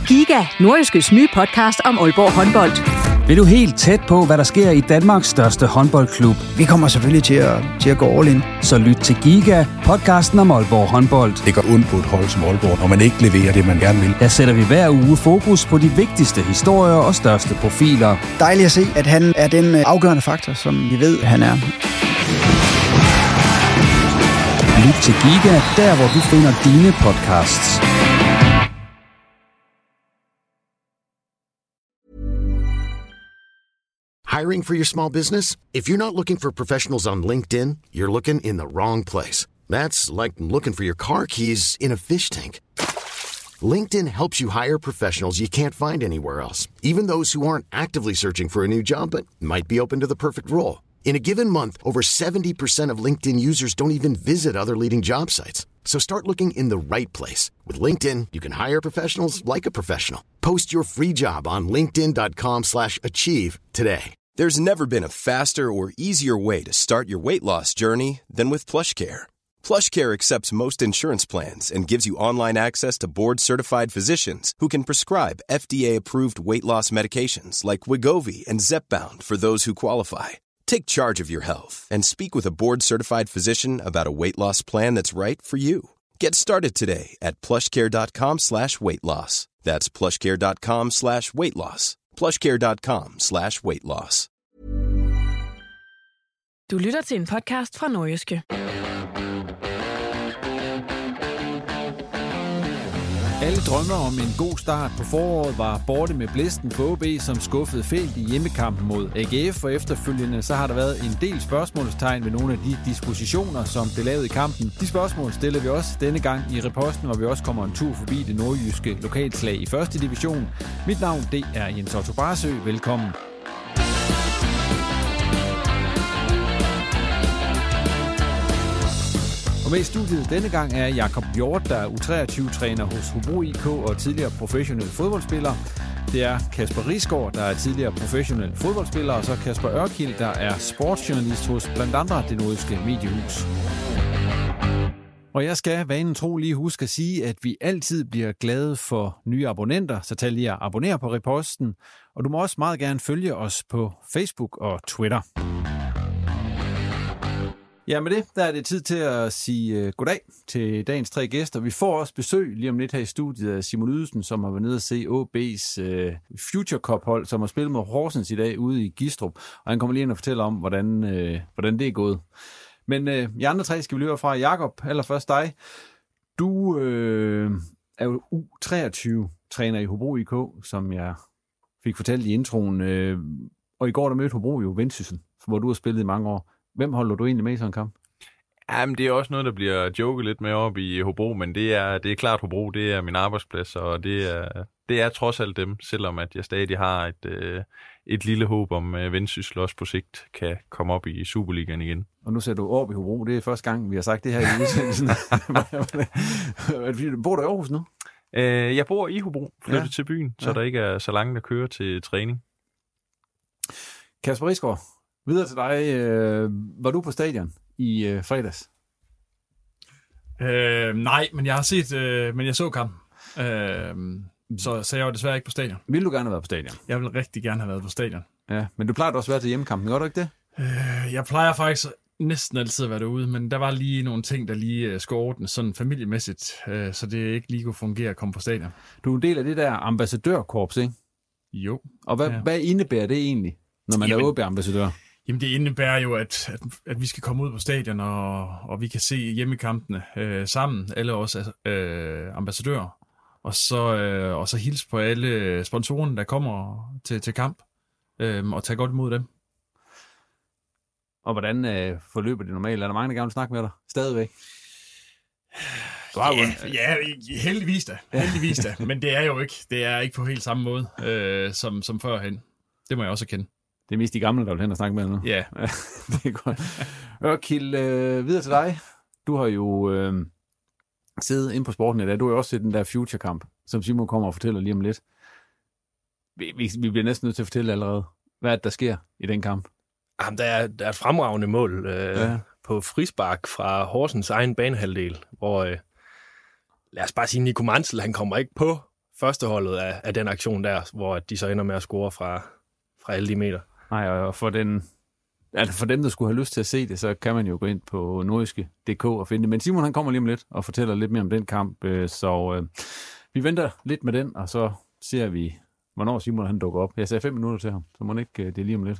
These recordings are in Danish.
Giga, Nordjyskes nye podcast om Aalborg håndbold. Vil du helt tæt på, hvad der sker i Danmarks største håndboldklub? Vi kommer selvfølgelig til at gå all in. Så lyt til Giga, podcasten om Aalborg håndbold. Det går ondt på et hold som Aalborg, når man ikke leverer det, man gerne vil. Der sætter vi hver uge fokus på de vigtigste historier og største profiler. Dejligt at se, at han er den afgørende faktor, som vi ved, han er. Lyt til Giga, der hvor du finder dine podcasts. Hiring for your small business? If you're not looking for professionals on LinkedIn, you're looking in the wrong place. That's like looking for your car keys in a fish tank. LinkedIn helps you hire professionals you can't find anywhere else, even those who aren't actively searching for a new job but might be open to the perfect role. In a given month, over 70% of LinkedIn users don't even visit other leading job sites. So start looking in the right place. With LinkedIn, you can hire professionals like a professional. Post your free job on linkedin.com/achieve today. There's never been a faster or easier way to start your weight loss journey than with PlushCare. PlushCare accepts most insurance plans and gives you online access to board-certified physicians who can prescribe FDA-approved weight loss medications like Wegovy and Zepbound for those who qualify. Take charge of your health and speak with a board-certified physician about a weight loss plan that's right for you. Get started today at plushcare.com/weightloss. That's plushcare.com/weightloss. plushcare.com/weightloss. Du lytter til en podcast fra Nordjyske. Alle drømmer om en god start på foråret var borte med blæsten på OB, som skuffede fælt i hjemmekampen mod AGF, og efterfølgende så har der været en del spørgsmålstegn ved nogle af de dispositioner, som blev lavet i kampen. De spørgsmål stiller vi også denne gang i reposten, hvor vi også kommer en tur forbi det nordjyske lokalslag i 1. division. Mit navn, det er Jens Otto Barsø. Velkommen. Og med i studiet denne gang er Jakob Hjort, der er U23-træner hos Hobro IK og tidligere professionel fodboldspiller. Det er Kasper Risgaard, der er tidligere professionel fodboldspiller, og så Kasper Ørkild, der er sportsjournalist hos blandt andre det Nordjyske Mediehus. Og jeg skal vanen tro lige huske at sige, at vi altid bliver glade for nye abonnenter, så tag lige at abonnere på reposten. Og du må også meget gerne følge os på Facebook og Twitter. Ja, med det, der er det tid til at sige goddag til dagens 3 gæster. Vi får også besøg lige om lidt her i studiet af Simon Ydesen, som har været nede at se OB's Future Cup-hold, som har spillet med Horsens i dag ude i Gistrup. Og han kommer lige ind og fortæller om, hvordan det er gået. Men i andre 3 skal vi løbe fra. Jakob, allerførst dig. Du er jo U23-træner i Hobro IK, som jeg fik fortalt i introen. Og i går der mødte Hobro jo Vendsyssel, hvor du har spillet i mange år. Hvem holder du egentlig med i sådan en kamp? Jamen, det er også noget, der bliver joket lidt med op i Hobro, men det er klart Hobro, det er min arbejdsplads, og det er trods alt dem, selvom at jeg stadig har et lille håb om, at Vendsyssel også på sigt kan komme op i Superligaen igen. Og nu ser du op i Hobro, det er første gang, vi har sagt det her i udsendelsen. Bor du i Aarhus nu? Jeg bor i Hobro, flyttet til byen, så der ikke er så langt at køre til træning. Kasper Risgaard, videre til dig. Var du på stadion i fredags? Nej, men jeg har set, men jeg så kampen. Så jeg var desværre ikke på stadion. Vil du gerne have været på stadion? Jeg vil rigtig gerne have været på stadion. Ja, men du plejer også at være til hjemmekampen, gør du ikke det? Jeg plejer faktisk næsten altid at være derude, men der var lige nogle ting, der lige skulle ordnes sådan familiemæssigt, så det ikke lige kunne fungere at komme på stadion. Du er en del af det der ambassadørkorps, ikke? Jo. Og hvad indebærer det egentlig, når man er OB-ambassadør? Jamen det indebærer jo, at vi skal komme ud på stadion, og vi kan se hjemmekampene sammen, alle os ambassadører, og så hilse på alle sponsorerne, der kommer til kamp, og tage godt imod dem. Og hvordan forløber det normalt? Er der mange, der gerne vil snakke med dig? Stadigvæk? Ja, heldigvis da. Heldigvis da. Men det er ikke på helt samme måde som førhen. Det må jeg også erkende. Det er mest de gamle, der vil hen og snakke med nu. Ja. Det er godt. Ørkild, videre til dig. Du har jo siddet inde på sporten i dag. Du har jo også set den der Future-kamp, som Simon kommer og fortæller lige om lidt. Vi bliver næsten nødt til at fortælle allerede, hvad er det, der sker i den kamp? Jamen, der er et fremragende mål på frispark fra Horsens egen banehalvdel, hvor lad os bare sige, Nico Mansell, han kommer ikke på førsteholdet af den aktion der, hvor de så ender med at score fra alle de meter. Nej, og for dem, der skulle have lyst til at se det, så kan man jo gå ind på nordjyske.dk og finde det. Men Simon, han kommer lige om lidt og fortæller lidt mere om den kamp, så vi venter lidt med den, og så ser vi, hvornår Simon han dukker op. Jeg sagde 5 minutter til ham, så må ikke det er lige om lidt.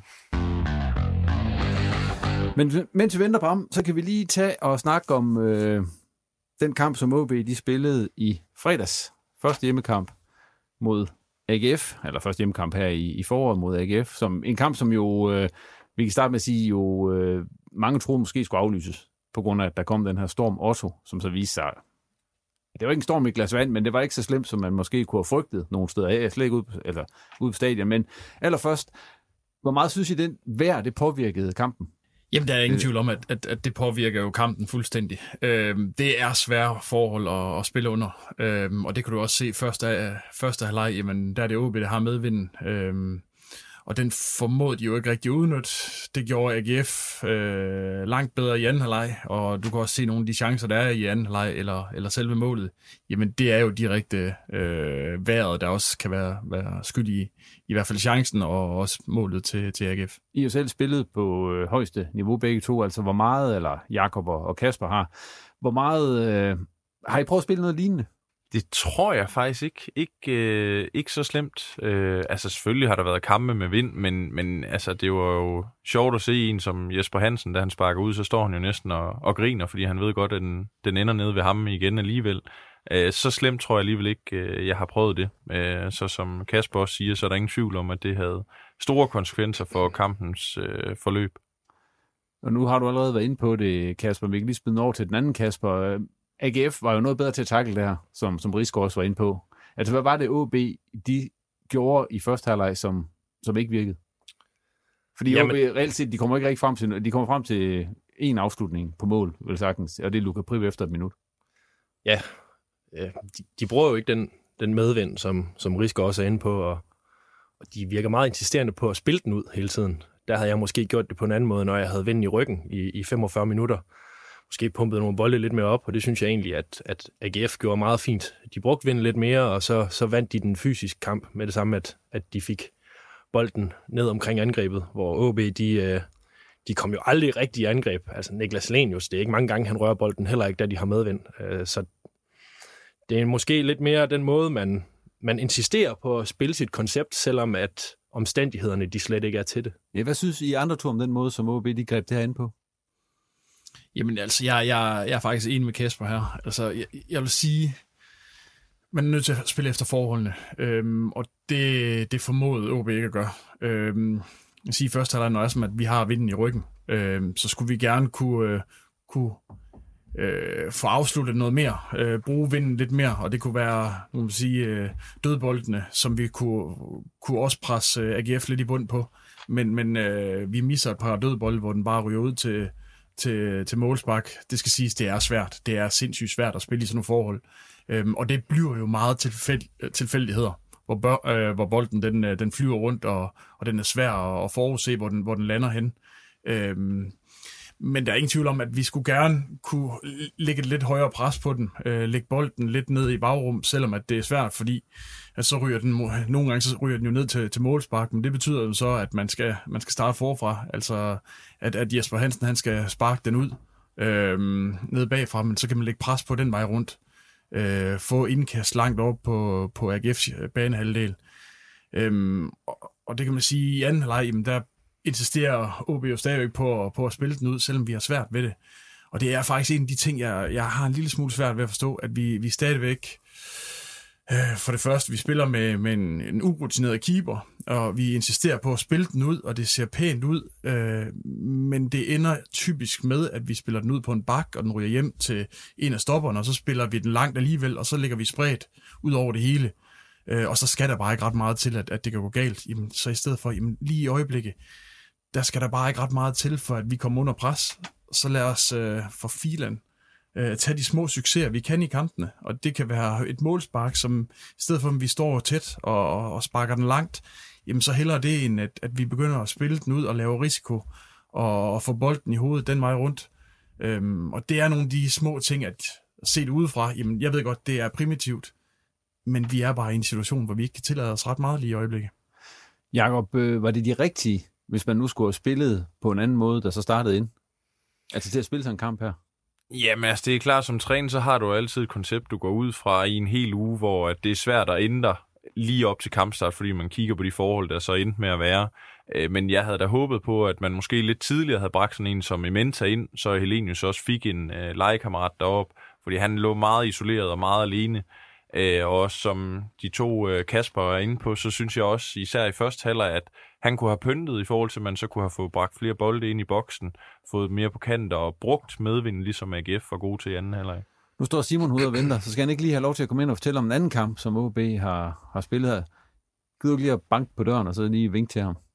Men mens vi venter på ham, så kan vi lige tage og snakke om den kamp, som OB de spillede i fredags. Første hjemmekamp mod AGF, eller første hjemmekamp her i foråret mod AGF, som en kamp, som jo, vi kan starte med at sige, mange troede måske skulle aflyses, på grund af, at der kom den her storm Otto, som så viste sig. Det var ikke en storm i et glas vand, men det var ikke så slemt, som man måske kunne have frygtet nogle steder. Jeg er slet ikke ude på stadion, men allerførst, hvor meget synes I, den vejr, det påvirkede kampen? Jamen, der er ingen tvivl om, at det påvirker jo kampen fuldstændig. Det er svære forhold at spille under, og det kan du også se første halvleg, jamen der er det OB, der har medvinden, og den formåede de jo ikke rigtig udnytte. Det gjorde AGF langt bedre i anden halvleg, og du kan også se nogle af de chancer, der er i anden halvleg, eller selve målet. Jamen, det er jo direkte vejret, der også kan være skyld i hvert fald chancen, og også målet til AGF. I har selv spillet på højeste niveau begge to, altså hvor meget, eller Jakob og Kasper har, hvor meget har I prøvet at spille noget lignende? Det tror jeg faktisk ikke så slemt. Altså selvfølgelig har der været kampe med vind, men altså det var jo sjovt at se en som Jesper Hansen, da han sparker ud, så står han jo næsten og griner, fordi han ved godt, at den ender nede ved ham igen alligevel. Så slemt tror jeg alligevel ikke, jeg har prøvet det. Så som Kasper også siger, så er der ingen tvivl om, at det havde store konsekvenser for kampens forløb. Og nu har du allerede været inde på det, Kasper. Vi kan lige spille over til den anden Kasper. AGF var jo noget bedre til at tackle der, som Rigsgaard også var inde på. Altså, hvad var det OB, de gjorde i første halvleg, som ikke virkede? Fordi OB reelt set, de kommer ikke rigtig frem til, de kommer frem til en afslutning på mål, vel sagtens, og det er Luka Priv efter et minut. Ja, de bruger jo ikke den medvind, som Rigsgaard også er inde på, og de virker meget insisterende på at spille den ud hele tiden. Der havde jeg måske gjort det på en anden måde, når jeg havde vinden i ryggen i 45 minutter. Måske pumpede nogle bolde lidt mere op, og det synes jeg egentlig, at AGF gjorde meget fint. De brugte vinden lidt mere, og så vandt de den fysiske kamp med det samme, at de fik bolden ned omkring angrebet, hvor OB, de kom jo aldrig rigtig i angreb. Altså Niklas Lenius, det er ikke mange gange, han rører bolden, heller ikke, da de har medvind. Så det er måske lidt mere den måde, man insisterer på at spille sit koncept, selvom at omstændighederne, de slet ikke er til det. Ja, hvad synes I andre to om den måde, som OB, de greb det her ind på? Jamen altså, jeg er faktisk enig med Kasper her. Altså, jeg vil sige, man er nødt til at spille efter forholdene, og det formåede OB ikke at gøre. Jeg siger først halvleg, når at vi har vinden i ryggen, så skulle vi gerne kunne få afsluttet noget mere, bruge vinden lidt mere, og det kunne være, nu må sige, dødboldene, som vi kunne også presse AGF lidt i bund på, men vi misser et par dødbolde, hvor den bare ryger ud til målspark. Det skal siges, det er svært. Det er sindssygt svært at spille i sådan nogle forhold. Og det bliver jo meget tilfældigheder, hvor bolden den flyver rundt, og den er svær at forudse, hvor den lander hen. Men der er ingen tvivl om, at vi skulle gerne kunne lægge et lidt højere pres på den, lægge bolden lidt ned i bagrum, selvom at det er svært, fordi at så ryger den, nogle gange så ryger den jo ned til målspark, men det betyder jo så, at man skal starte forfra, altså at Jesper Hansen, han skal sparke den ud ned bagfra, men så kan man lægge pres på den vej rundt, få indkast langt op på AGF's banehalvdel. Og det kan man sige, i anden halvleg, jamen der insisterer OB jo stadigvæk på at spille den ud, selvom vi har svært ved det. Og det er faktisk en af de ting, jeg har en lille smule svært ved at forstå, at vi stadigvæk, for det første, vi spiller med en urutineret keeper, og vi insisterer på at spille den ud, og det ser pænt ud, men det ender typisk med, at vi spiller den ud på en bak, og den ryger hjem til en af stopperne, og så spiller vi den langt alligevel, og så lægger vi spredt ud over det hele. Og så skal der bare ikke ret meget til, at det kan gå galt. Jamen, så i stedet for, lige i øjeblikket, der skal der bare ikke ret meget til, for at vi kommer under pres. Så lad os for filen tage de små succeser, vi kan i kampene. Og det kan være et målspark, som i stedet for, at vi står tæt og sparker den langt, jamen så hellere det, end at vi begynder at spille den ud og lave risiko og få bolden i hovedet den vej rundt. Og det er nogle af de små ting, at set udefra, jamen jeg ved godt, det er primitivt. men vi er bare i en situation, hvor vi ikke kan tillade os ret meget lige i øjeblikket. Jakob, var det de rigtige, hvis man nu skulle have spillet på en anden måde, der så startede ind? Altså til at spille sådan en kamp her? Jamen altså, det er klart, som træner, så har du altid et koncept, du går ud fra i en hel uge, hvor det er svært at ændre lige op til kampstart, fordi man kigger på de forhold, der så endte med at være. Men jeg havde da håbet på, at man måske lidt tidligere havde bragt sådan en som Ementa ind, så Helenius også fik en legekammerat derop, fordi han lå meget isoleret og meget alene. Og også som de to Kasper er inde på, så synes jeg også, især i første halvleg, at han kunne have pyntet i forhold til, at man så kunne have fået bragt flere bolde ind i boksen, fået mere på kanter og brugt medvinden, ligesom AGF var god til i anden halvleg. Nu står Simon ude og venter, så skal han ikke lige have lov til at komme ind og fortælle om en anden kamp, som OB har spillet her. Gider du lige at banke på døren og så lige vinke til ham?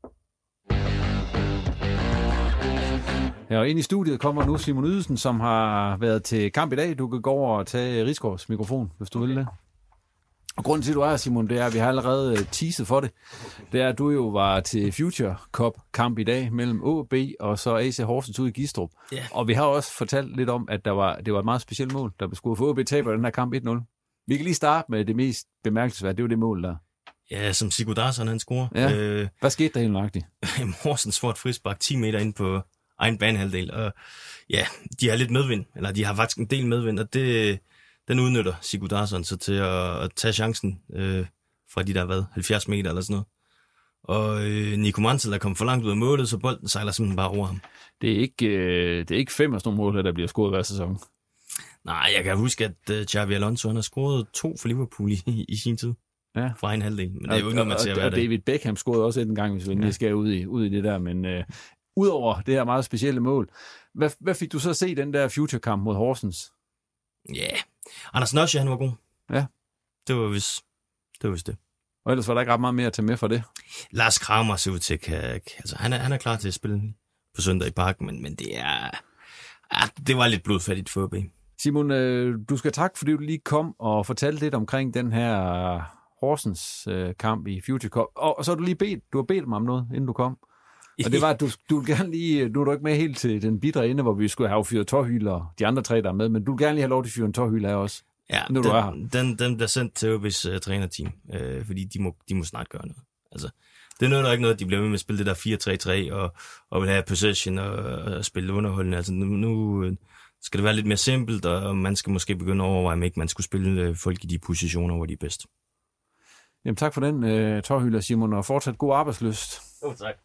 Ja, og ind i studiet kommer nu Simon Ydesen, som har været til kamp i dag. Du kan gå over og tage Rigsgaards mikrofon, hvis du vil det. Og grunden til, at du er her, Simon, det er, at vi har allerede teaset for det. Det er, at du jo var til Future Cup-kamp i dag mellem OB og så AC Horsens ude i Gistrup. Yeah. Og vi har også fortalt lidt om, at det var et meget specielt mål, der blev scoret for OB taber den her kamp 1-0. Vi kan lige starte med det mest bemærkelsesværdige. Det var det mål der. Ja, som Sigurdarsson han scorer. Ja. Hvad skete der helt nøjagtigt? Horsens får et frispark 10 meter ind på egen banehalvdel. Og ja, de har lidt medvind, eller de har faktisk en del medvind, og den udnytter Sigurdarsson så til at tage chancen fra de der, 70 meter eller sådan noget. Og Nico Mantel er kommet for langt ud af målet, så bolden sejler simpelthen bare over ham. Det er ikke 5 af sådan nogle mål, der bliver scoret hver sæson. Nej, jeg kan huske, at Xabi Alonso han har scoret 2 for Liverpool i sin tid. Ja. Fra en halvdel. Men det er jo ikke noget, man ser hver dag. Og David Beckham scorede også en gang, hvis vi endelig skal ud i det der. Men udover det her meget specielle mål, hvad fik du så at se den der Future-kamp mod Horsens? Ja, yeah. Anders Nøsje, han var god. Ja. Det var vist det. Og ellers var der ikke ret meget mere at tage med for det. Lars Kramer ser ud til, altså han er klar til at spille på søndag i Parken, men det var lidt blodfattigt for OB. Simon, du skal takke, fordi du lige kom og fortalte lidt omkring den her Horsens kamp i Future Cup. Og så har du har bedt mig om noget, inden du kom. Og det var, at du vil gerne lige, nu er du ikke med helt til den bidre ende, hvor vi skulle have fyret Torhyl og de andre 3, der er med, men du vil gerne lige have lov til at fyre en Torhyl af os. Ja, den bliver sendt til OB's trænerteam, fordi de må snart gøre noget. Altså, det er noget, der ikke noget, at de bliver med at spille det der 4-3-3 og vil have possession og spille underholdende. Altså, nu skal det være lidt mere simpelt, og man skal måske begynde at overveje, om ikke man skulle spille folk i de positioner, hvor de er bedst. Jamen tak for den, Torhyl og Simon, og fortsat god arbejdslyst. Tak.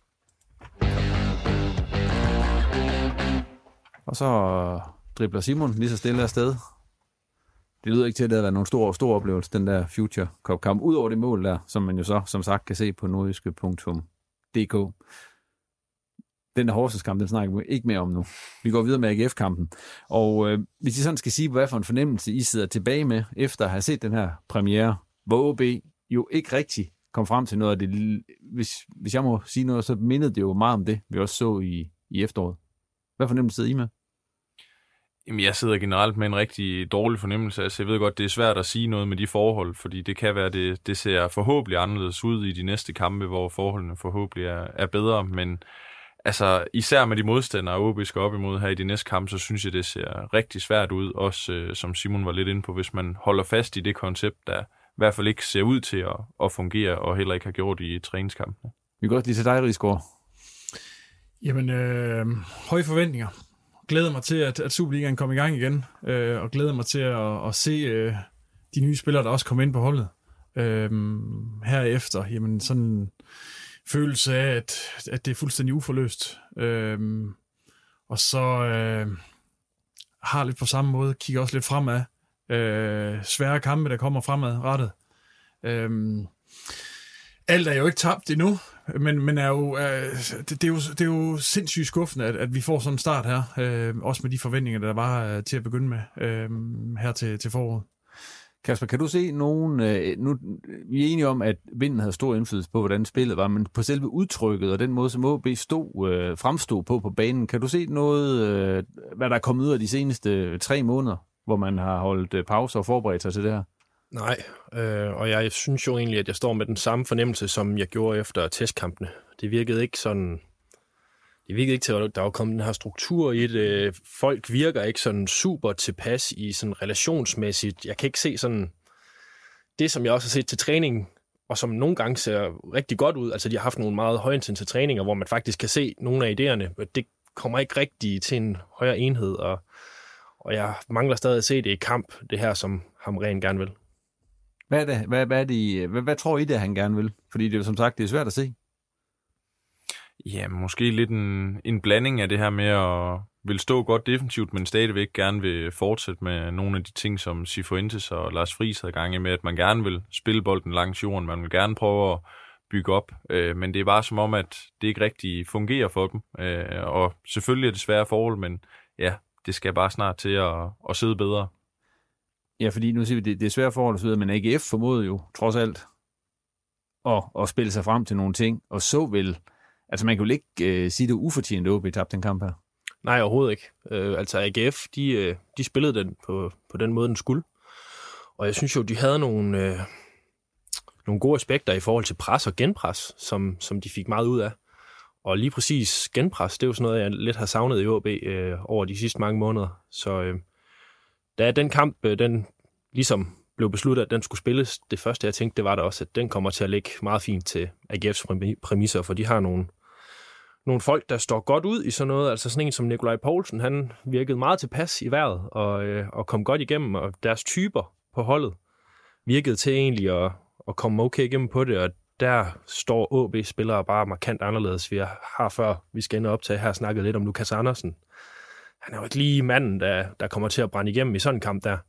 Og så dribler Simon lige så stille afsted. Det lyder ikke til, at det har været nogen stor oplevelse, den der Future Cup-kamp. Udover det mål der, som man jo så, som sagt, kan se på nordjyske.dk. Den der Horsens-kamp, den snakker vi ikke mere om nu. Vi går videre med AGF-kampen. Og hvis I sådan skal sige, hvad for en fornemmelse I sidder tilbage med, efter at have set den her premiere, hvor OB jo ikke rigtig kom frem til noget af det. Hvis jeg må sige noget, så mindede det jo meget om det, vi også så i efteråret. Hvad fornemmelse sidder I med? Jamen, jeg sidder generelt med en rigtig dårlig fornemmelse. Altså, jeg ved godt, det er svært at sige noget med de forhold, fordi det kan være, det ser forhåbentlig anderledes ud i de næste kampe, hvor forholdene forhåbentlig er bedre, men altså, især med de modstandere, OB skal op imod her i de næste kampe, så synes jeg, det ser rigtig svært ud, også som Simon var lidt inde på, hvis man holder fast i det koncept, der i hvert fald ikke ser ud til at fungere, og heller ikke har gjort i træningskampene. Vi går lige til dig, Rigsgaard. Jamen, høje forventninger. Glæder mig til, at Superligaen kommer i gang igen, og glæder mig til at se de nye spillere, der også kommer ind på holdet. Herefter, jamen sådan en følelse af, at det er fuldstændig uforløst. Og så har lidt på samme måde, kigger også lidt fremad. Svære kampe, der kommer fremadrettet. Alt er jo ikke tabt endnu, men det er jo sindssygt skuffende, at vi får sådan en start her, også med de forventninger, der var til at begynde med her til foråret. Kasper, kan du se nogen, nu vi er enige om, at vinden havde stor indflydelse på, hvordan spillet var, men på selve udtrykket og den måde, som OB fremstod på banen, kan du se noget, hvad der er kommet ud af de seneste 3 måneder, hvor man har holdt pause og forberedt sig til det her? Nej, og jeg synes jo egentlig, at jeg står med den samme fornemmelse, som jeg gjorde efter testkampene. Det virkede ikke til, at der var kommet den her struktur i det. Folk virker ikke sådan super tilpas i sådan relationsmæssigt. Jeg kan ikke se sådan det, som jeg også har set til træningen, og som nogle gange ser rigtig godt ud, altså de har haft nogle meget højintensive træninger, hvor man faktisk kan se nogle af idéerne, det kommer ikke rigtig til en højere enhed, og jeg mangler stadig at se det i kamp, det her, som Hamrén gerne vil. Hvad er det? Hvad tror I det, han gerne vil? Fordi det er jo som sagt, det er svært at se. Ja, måske lidt en blanding af det her med at vil stå godt defensivt, men stadigvæk gerne vil fortsætte med nogle af de ting, som Cifuentes og Lars Friis havde gang i med, at man gerne vil spille bolden langs jorden, man vil gerne prøve at bygge op, men det er bare som om, at det ikke rigtig fungerer for dem, og selvfølgelig er det svære forhold, men ja, det skal bare snart til at sidde bedre. Ja, fordi nu siger vi, det er svære forhold, men AGF formåede jo trods alt at spille sig frem til nogle ting, og så vel, altså man kan jo ikke sige, det ufortjent, at OB tabte den kamp her. Nej, overhovedet ikke. Altså AGF, de spillede den på den måde, den skulle. Og jeg synes jo, de havde nogle gode aspekter i forhold til pres og genpres, som de fik meget ud af. Og lige præcis genpres, det er jo sådan noget, jeg lidt har savnet i OB over de sidste mange måneder. Så da den kamp, den ligesom blev besluttet, at den skulle spilles, det første jeg tænkte, det var da også, at den kommer til at ligge meget fint til AGF's præmisser, for de har nogle folk, der står godt ud i sådan noget. Altså sådan en som Nikolaj Poulsen, han virkede meget tilpas i vejret og kom godt igennem, og deres typer på holdet virkede til egentlig at komme okay igennem på det, og der står OB-spillere bare markant anderledes. Vi har før, vi skal ind og optage her, snakket lidt om Lukas Andersen. Han er jo ikke lige manden, der kommer til at brænde igennem i sådan en kamp der.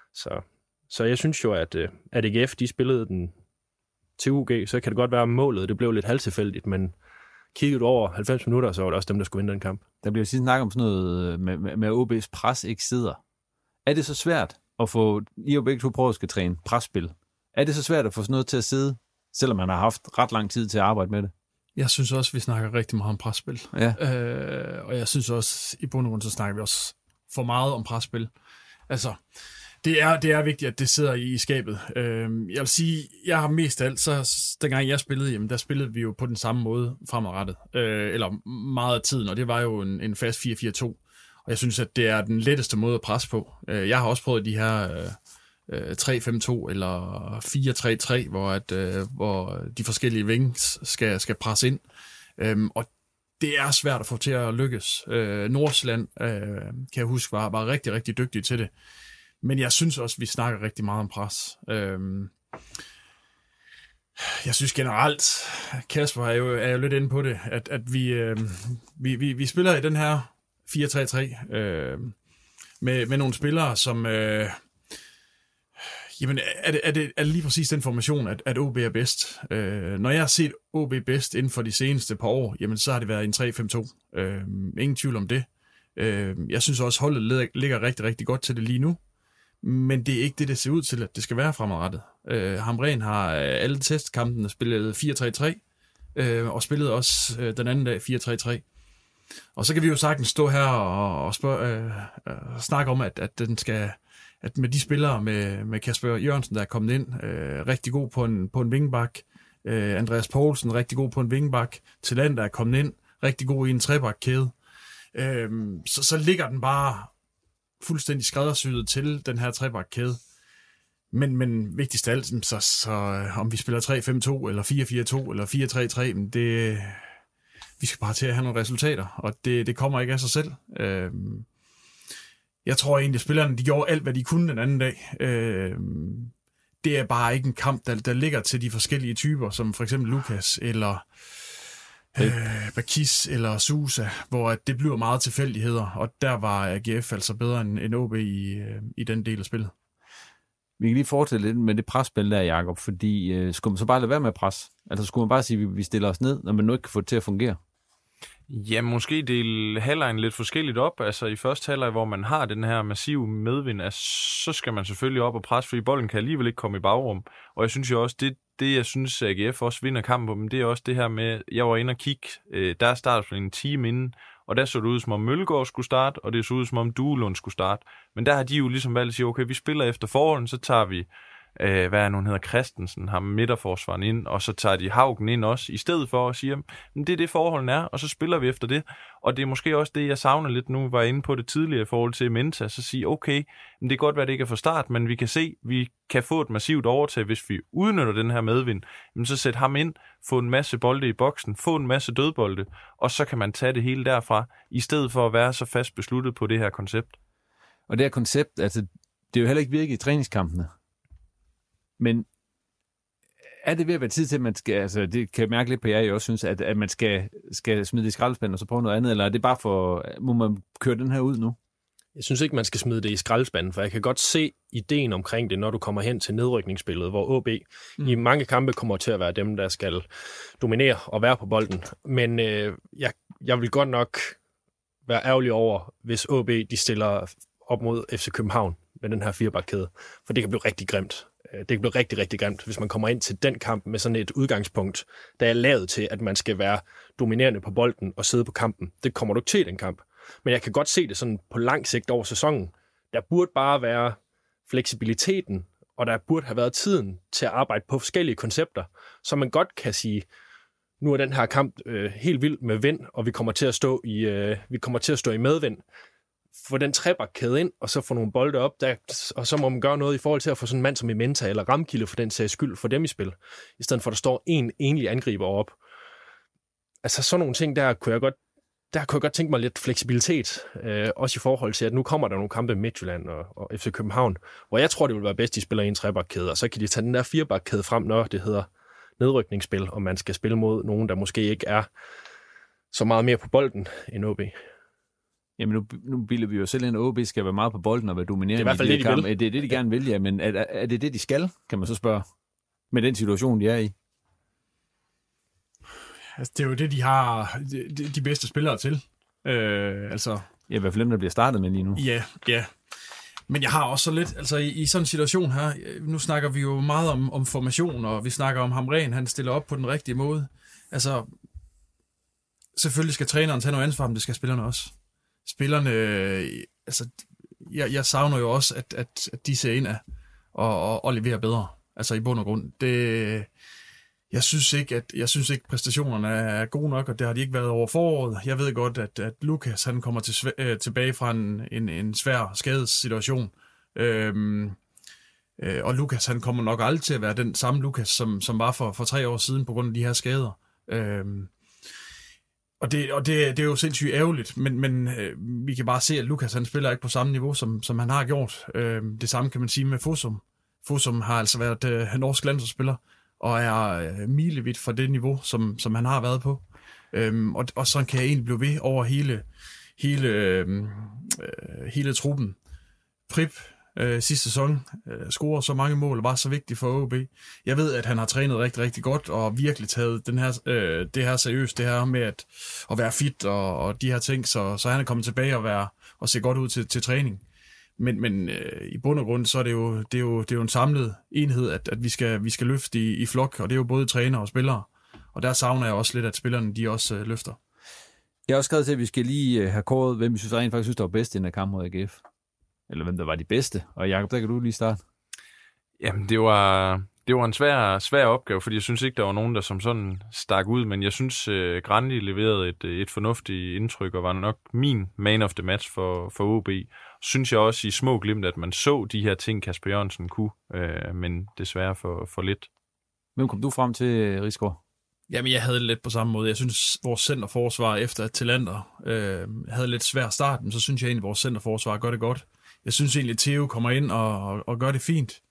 Så jeg synes jo, at AGF, de spillede den til UG, så kan det godt være målet. Det blev lidt halvtilfældigt, men kigget over 90 minutter, så var det også dem, der skulle vinde den kamp. Der bliver sidst snakket om sådan noget med OB's pres ikke sidder. Er det så svært at få, I og begge to prøver at skal træne presspil, er det så svært at få sådan noget til at sidde, selvom man har haft ret lang tid til at arbejde med det? Jeg synes også, vi snakker rigtig meget om presspil. Ja. Og jeg synes også, i bund og grund, så snakker vi også for meget om presspil. Altså, det er vigtigt, at det sidder i skabet. Jeg vil sige, jeg har mest af alt, så dengang jeg spillede, jamen, der spillede vi jo på den samme måde fremadrettet. Eller meget af tiden, og det var jo en fast 4-4-2. Og jeg synes, at det er den letteste måde at presse på. Jeg har også prøvet de her 3-5-2 eller 4-3-3, hvor de forskellige wings skal presse ind. Og det er svært at få til at lykkes. Nordsjælland, kan jeg huske, var rigtig, rigtig dygtig til det. Men jeg synes også, vi snakker rigtig meget om pres. Jeg synes generelt, Kasper er jo lidt inde på det, at vi spiller i den her 4-3-3 med nogle spillere, som... Jamen, er det lige præcis den formation, at OB er bedst? Når jeg har set OB bedst inden for de seneste par år, jamen, så har det været en 3-5-2. Ingen tvivl om det. Jeg synes også, holdet ligger rigtig, rigtig godt til det lige nu. Men det er ikke det ser ud til, at det skal være fremadrettet. Hamrén har alle testkampene spillet 4-3-3, og spillede også den anden dag 4-3-3. Og så kan vi jo sagtens stå her og snakke om, at den skal... at med de spillere, med Kasper Jørgensen, der er kommet ind, rigtig god på en vingbak, Andreas Poulsen, rigtig god på en vingbak, Talent, der er kommet ind, rigtig god i en trebakkæde, så ligger den bare fuldstændig skræddersyet til den her trebakkæde. Men vigtigst af alt, så om vi spiller 3-5-2, eller 4-4-2, eller 4-3-3, vi skal bare til at have nogle resultater, og det kommer ikke af sig selv. Jeg tror egentlig, at spillerne de gjorde alt, hvad de kunne den anden dag. Det er bare ikke en kamp, der ligger til de forskellige typer, som for eksempel Lukas, eller Bakis, eller Sousa, hvor det bliver meget tilfældigheder, og der var AGF altså bedre end OB i den del af spillet. Vi kan lige fortsætte lidt med det presspil der, Jakob, fordi skulle man så bare lade være med at presse? Altså skulle man bare sige, at vi stiller os ned, når man nu ikke kan få det til at fungere? Ja, måske dele halvlejen lidt forskelligt op. Altså i første halvleg, hvor man har den her massive medvind, så skal man selvfølgelig op og presse, fordi bolden kan alligevel ikke komme i bagrum. Og jeg synes jo også, det jeg synes, AGF også vinder kampen på, men det er også det her med, jeg var inde og kigge, der startede en time inden, og der så det ud som om Mølgaard skulle starte, og det så ud som om Duelund skulle starte. Men der har de jo ligesom valgt at sige, okay, vi spiller efter forholden, så tager vi hvad er nu, hedder Christensen, har midterforsvaren ind, og så tager de Haugen ind også, i stedet for at sige, det er det forholden er, og så spiller vi efter det. Og det er måske også det, jeg savner lidt nu, var inde på det tidligere i forhold til Menta, så sige, okay, men det kan godt være, det ikke er for start, men vi kan se, vi kan få et massivt overtag, hvis vi udnytter den her medvind, men så sæt ham ind, få en masse bolde i boksen, få en masse dødbolde, og så kan man tage det hele derfra, i stedet for at være så fast besluttet på det her koncept. Og det her koncept, altså, det er jo heller ikke virket i træningskampene. Men er det ved at være tid til, at man skal, altså det kan jeg mærke lidt på jer, jeg også synes, at man skal smide det i skraldespanden og så prøve noget andet, eller er det bare for, må man køre den her ud nu? Jeg synes ikke, man skal smide det i skraldespanden, for jeg kan godt se ideen omkring det, når du kommer hen til nedrykningsspillet, hvor OB i mange kampe kommer til at være dem, der skal dominere og være på bolden. Men jeg vil godt nok være ærgerlig over, hvis OB de stiller op mod FC København med den her firebakkæde, for det kan blive rigtig grimt. Det kan blive rigtig, rigtig grimt, hvis man kommer ind til den kamp med sådan et udgangspunkt, der er lavet til, at man skal være dominerende på bolden og sidde på kampen. Det kommer du ikke til i den kamp. Men jeg kan godt se det sådan på lang sigt over sæsonen. Der burde bare være fleksibiliteten, og der burde have været tiden til at arbejde på forskellige koncepter, så man godt kan sige, nu er den her kamp helt vild med vind, og vi kommer til at stå i medvind. Få den trebakkæde ind, og så få nogle bolde op, og så må man gøre noget i forhold til at få sådan en mand som Menta eller Ramkilde for den sags skyld, for dem i spil, i stedet for at der står en enlig angriber op. Altså sådan nogle ting, der kunne jeg godt tænke mig lidt fleksibilitet, også i forhold til, at nu kommer der nogle kampe med Midtjylland og FC København, hvor jeg tror, det vil være bedst, de spiller i en trebakkæde, og så kan de tage den der firebakkæde frem, når det hedder nedrykningsspil, og man skal spille mod nogen, der måske ikke er så meget mere på bolden end OB. Jamen nu bilder vi jo selv ind, at OB skal være meget på bolden og være dominerende. Det er i hvert fald det, de vil. Det er det, de gerne vil, ja, men er det det, de skal, kan man så spørge, med den situation, de er i? Altså, det er jo det, de har de bedste spillere til. Altså. Ja, i hvert fald dem, der bliver startet med lige nu. Ja. Men jeg har også så lidt, altså i sådan en situation her, nu snakker vi jo meget om formation, og vi snakker om Hamrén, han stiller op på den rigtige måde. Altså, selvfølgelig skal træneren tage noget ansvar, men det skal spillerne også. Spillerne, altså, jeg savner jo også, at de ser ind af og leverer bedre. Altså i bund og grund. Jeg synes ikke præstationerne er gode nok, og det har de ikke været over foråret. Jeg ved godt, at Lukas han kommer tilbage fra en svær skadessituation. Og Lukas han kommer nok aldrig til at være den samme Lukas, som var for 3 år siden på grund af de her skader. Og det er jo sindssygt ærgerligt, men vi kan bare se, at Lukas han spiller ikke på samme niveau, som han har gjort. Det samme kan man sige med Fossum. Fossum har altså været norsk landsholdsspiller, og er milevidt fra det niveau, som han har været på. Og sådan kan jeg egentlig blive ved over hele truppen. Prip sidste sæson scorer så mange mål og var så vigtig for OB. Jeg ved, at han har trænet rigtig, rigtig godt og virkelig taget det her seriøst, det her med at være fit og de her ting, så han er kommet tilbage og se godt ud til træning. Men i bund og grund, så er det jo en samlet enhed, at vi skal løfte i flok, og det er jo både træner og spillere. Og der savner jeg også lidt, at spillerne de også løfter. Jeg har også skrevet til, at vi skal lige have kåret, hvem vi rent faktisk synes, der var bedst i den her kamp mod AGF. Eller hvem der var de bedste. Og Jakob, der kan du lige starte. Jamen, det var en svær opgave, fordi jeg synes ikke, der var nogen, der som sådan stak ud, men jeg synes, Granli leverede et fornuftigt indtryk, og var nok min man of the match for OB. Synes jeg også i små glimt, at man så de her ting, Kasper Jørgensen kunne, men desværre for lidt. Hvem kom du frem til, Risgaard? Jamen, jeg havde det lidt på samme måde. Jeg synes, vores centerforsvar efter at Tillander havde lidt svær start, men så synes jeg egentlig, at vores centerforsvar gør det godt. Jeg synes egentlig, at Theo kommer ind og gør det fint.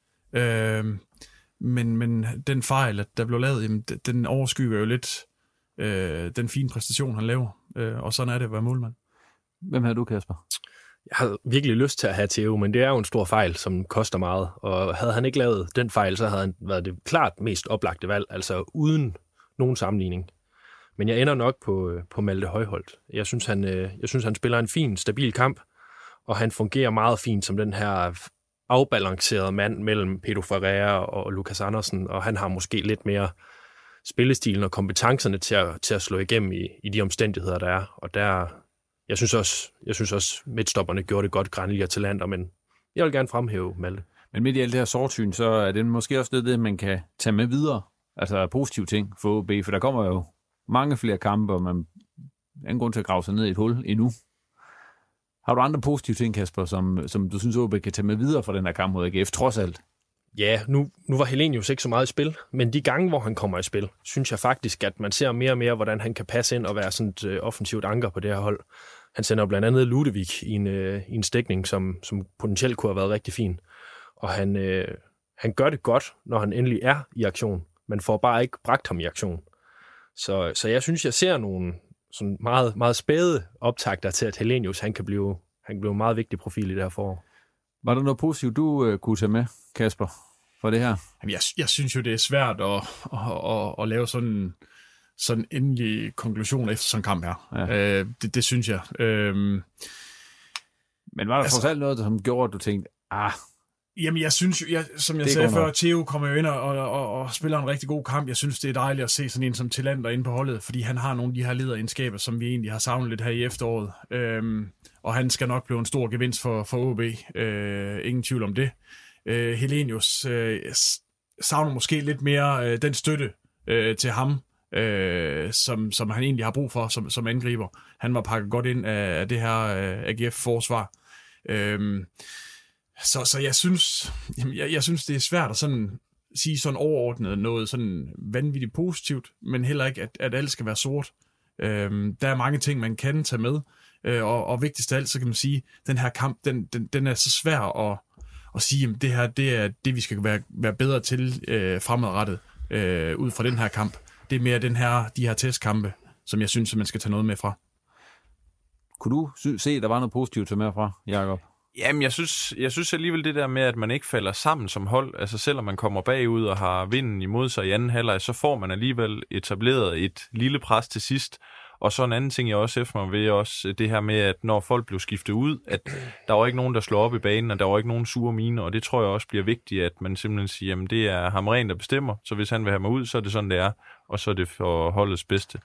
Men den fejl, der blev lavet, jamen, den overskygger jo lidt den fine præstation, han laver. Og sådan er det at være målmand. Hvem havde du, Kasper? Jeg havde virkelig lyst til at have Theo, men det er jo en stor fejl, som koster meget. Og havde han ikke lavet den fejl, så havde han været det klart mest oplagte valg, altså uden nogen sammenligning. Men jeg ender nok på Malte Højholt. Jeg synes, han spiller en fin, stabil kamp, og han fungerer meget fint som den her afbalancerede mand mellem Pedro Ferreira og Lukas Andersen, og han har måske lidt mere spillestilen og kompetencerne til at slå igennem i de omstændigheder, der er. Og jeg synes også midtstopperne gjorde det godt, Granli og Tillander, men jeg vil gerne fremhæve Malte. Men midt i alt det her sortsyn, så er det måske også det, man kan tage med videre. Altså positive ting for OB, for der kommer jo mange flere kampe, og man er ingen grund til at grave sig ned i et hul endnu. Har du andre positive ting, Kasper, som du synes, OB kan tage med videre fra den her kamp mod AGF, trods alt? Ja, nu var Helenius ikke så meget i spil, men de gange, hvor han kommer i spil, synes jeg faktisk, at man ser mere og mere, hvordan han kan passe ind og være sådan et offensivt anker på det her hold. Han sender blandt andet Ludovic i en stikning, som potentielt kunne have været rigtig fin. Og han gør det godt, når han endelig er i aktion. Man får bare ikke bragt ham i aktion. Så jeg synes, jeg ser nogle sådan meget, meget spæde optakter til, at Helenius han kan blive en meget vigtig profil i det her forår. Var der noget positivt, du kunne tage med, Kasper, for det her? Jamen, jeg synes jo, det er svært at lave sådan en endelig konklusion efter sådan en kamp her. Ja. Det synes jeg. Men var der trods alt noget, som gjorde, at du tænkte, Jamen, jeg synes, som jeg sagde før, Theo kommer jo ind og spiller en rigtig god kamp. Jeg synes, det er dejligt at se sådan en som Tillander inde på holdet, fordi han har nogle af de her lederegenskaber, som vi egentlig har savnet lidt her i efteråret. Og han skal nok blive en stor gevinst for OB. Ingen tvivl om det. Helenius savner måske lidt mere den støtte til ham, som han egentlig har brug for som angriber. Han var pakket godt ind af det her AGF-forsvar. Så jeg synes, det er svært at sådan sige sådan overordnet noget sådan vanvittigt positivt, men heller ikke, at alt skal være sort. Der er mange ting, man kan tage med, og vigtigst af alt, så kan man sige, den her kamp, den er så svær at sige, at det her, det er det, vi skal være bedre til fremadrettet ud fra den her kamp. Det er mere de her testkampe, som jeg synes, at man skal tage noget med fra. Kunne du se, at der var noget positivt at tage med fra, Jakob? Jamen, jeg synes alligevel det der med, at man ikke falder sammen som hold. Altså selvom man kommer bagud og har vinden imod sig i anden halvleg, så får man alligevel etableret et lille pres til sidst. Og så en anden ting, jeg også hæfter mig ved, også det her med, at når folk blev skiftet ud, at der var ikke nogen, der slår op i banen, og der var ikke nogen sure miner. Og det tror jeg også bliver vigtigt, at man simpelthen siger, jamen det er Hamrén, der bestemmer. Så hvis han vil have mig ud, så er det sådan, det er. Og så er det for holdets bedste.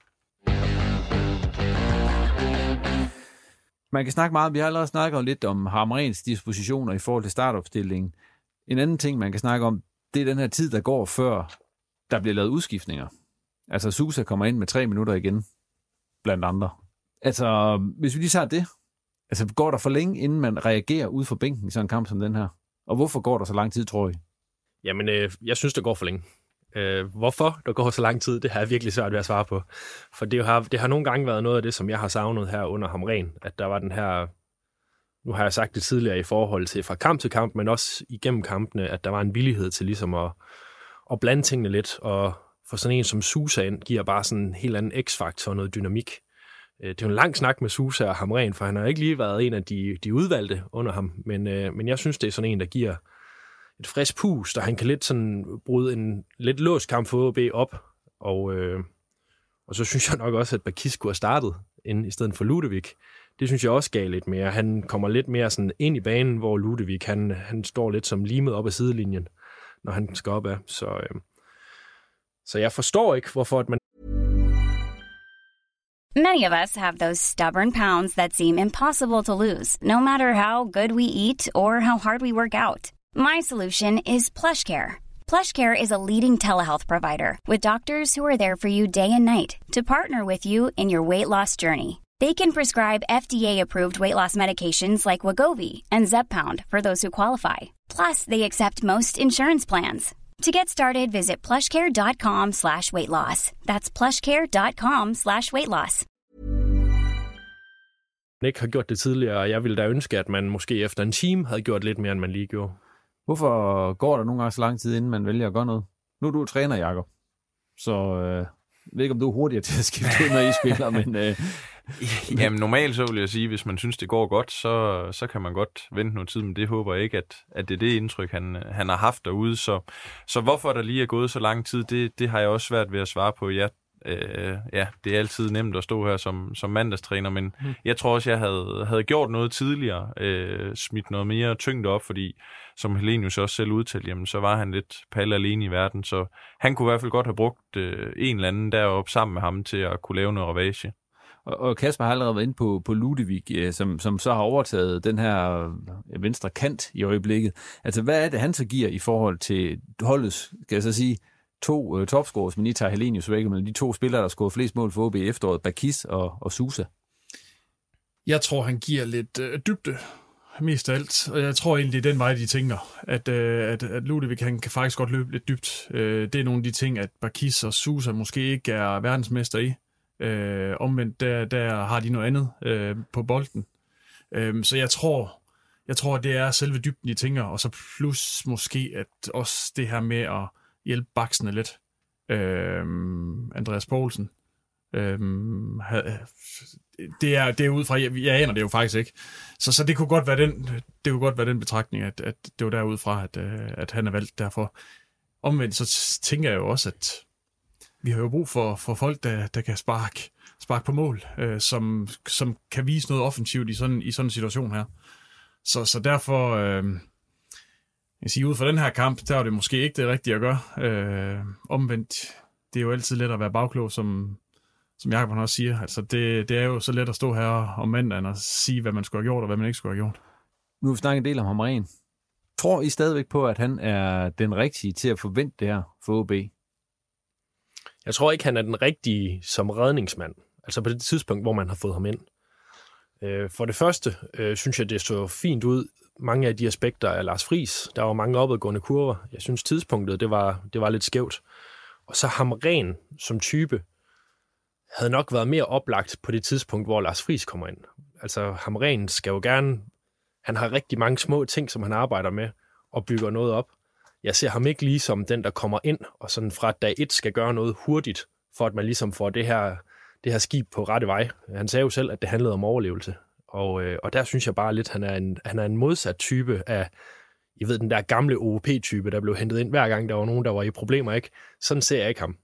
Man kan snakke meget, vi har allerede snakket lidt om Hamréns dispositioner i forhold til startopstillingen. En anden ting, man kan snakke om, det er den her tid, der går før der bliver lavet udskiftninger. Altså Sousa kommer ind med 3 minutter igen, blandt andre. Altså, hvis vi lige tager det, altså går der for længe, inden man reagerer ud for bænken i sådan en kamp som den her? Og hvorfor går der så lang tid, tror I? Jamen, jeg synes, det går for længe. Hvorfor der går så lang tid, det har jeg virkelig svært ved at svare på. For det har nogle gange været noget af det, som jeg har savnet her under Hamrén, at der var den her, nu har jeg sagt det tidligere i forhold til fra kamp til kamp, men også igennem kampene, at der var en villighed til ligesom at blande tingene lidt, og for sådan en som Sousa giver bare sådan en helt anden x-faktor og noget dynamik. Det er jo en lang snak med Sousa og Hamrén, for han har ikke lige været en af de udvalgte under ham, men jeg synes, det er sådan en, der giver et frisk pust, og han kan lidt sådan bryde en lidt låst kamp for OB op, og så synes jeg nok også, at Bakis skulle have startet i stedet for Ludovic. Det synes jeg også gav lidt mere. Han kommer lidt mere sådan ind i banen, hvor Ludovic, han står lidt som limet op ad sidelinjen, når han skal op af. Så jeg forstår ikke, hvorfor at man... Many of us have those stubborn pounds that seem impossible to lose, no matter how good we eat or how hard we work out. My solution is PlushCare. PlushCare is a leading telehealth provider with doctors who are there for you day and night to partner with you in your weight loss journey. They can prescribe FDA-approved weight loss medications like Wegovy and Zepbound for those who qualify. Plus, they accept most insurance plans. To get started, visit plushcare.com/weightloss. That's plushcare.com/weightloss. Ikke har gjort det tidligere, og jeg ville da ønske, at man måske efter en time havde gjort lidt mere, end man lige gjorde. Hvorfor går der nogle gange så lang tid, inden man vælger at gøre noget? Nu er du træner, Jakob, så jeg ved ikke, om du er hurtigere til at skifte ud, når I spiller, men... Jamen normalt så vil jeg sige, hvis man synes, det går godt, så kan man godt vente noget tid, men det håber jeg ikke, at det er det indtryk, han har haft derude. Så hvorfor der lige er gået så lang tid, det har jeg også svært ved at svare på. Det er altid nemt at stå her som mandagstræner, men jeg tror også, jeg havde gjort noget tidligere, smidt noget mere tyngde op, fordi som Helenius også selv udtalte, jamen, så var han lidt palle alene i verden, så han kunne i hvert fald godt have brugt en eller anden deroppe sammen med ham til at kunne lave noget ravage. Og Kasper har allerede været inde på Ludovic, som så har overtaget den her venstre kant i øjeblikket. Altså, hvad er det, han så giver i forhold til holdets, kan jeg så sige, 2 topscorers, men I tager Helenius væk, men de 2 spillere, der scorede flest mål for OB i efteråret, Bakis og Sousa? Jeg tror, han giver lidt dybde, mest af alt. Og jeg tror egentlig, det er den vej, de tænker, at Ludovic, han kan faktisk godt løbe lidt dybt. Det er nogle af de ting, at Bakis og Sousa måske ikke er verdensmester i. Omvendt, der har de noget andet på bolden. Så jeg tror, det er selve dybden, de tænker, og så plus måske, at også det her med at hjælpe baksene lidt. Andreas Poulsen. Det er ud fra, jeg aner det jo faktisk ikke. Så det kunne godt være den betragtning, at det var derudfra, at han er valgt derfor. Omvendt så tænker jeg jo også, at vi har jo brug for folk, der kan sparke på mål, som kan vise noget offensivt i sådan en situation her. Så derfor, jeg siger, ud fra den her kamp, der er det måske ikke det rigtige at gøre. Omvendt, det er jo altid let at være bagklog, som Jakob også siger. Altså, det er jo så let at stå her om mandagen og sige, hvad man skulle have gjort, og hvad man ikke skulle have gjort. Nu har vi snakket en del om Hamrén. Tror I stadigvæk på, at han er den rigtige til at forvente det her for OB? Jeg tror ikke, han er den rigtige som redningsmand. Altså på det tidspunkt, hvor man har fået ham ind. For det første synes jeg, det så fint ud. Mange af de aspekter af Lars Friis. Der var mange opadgående kurver. Jeg synes, tidspunktet det var lidt skævt. Og så Hamrén som type havde nok været mere oplagt på det tidspunkt, hvor Lars Friis kommer ind. Altså Hamrén skal jo gerne... Han har rigtig mange små ting, som han arbejder med og bygger noget op. Jeg ser ham ikke ligesom den, der kommer ind og sådan fra dag 1 skal gøre noget hurtigt, for at man ligesom får det her skib på rette vej. Han sagde jo selv, at det handlede om overlevelse. Og der synes jeg bare lidt, han er en modsat type af, I ved, den der gamle OOP-type, der blev hentet ind hver gang, der var nogen, der var i problemer, ikke? Sådan ser jeg ikke ham.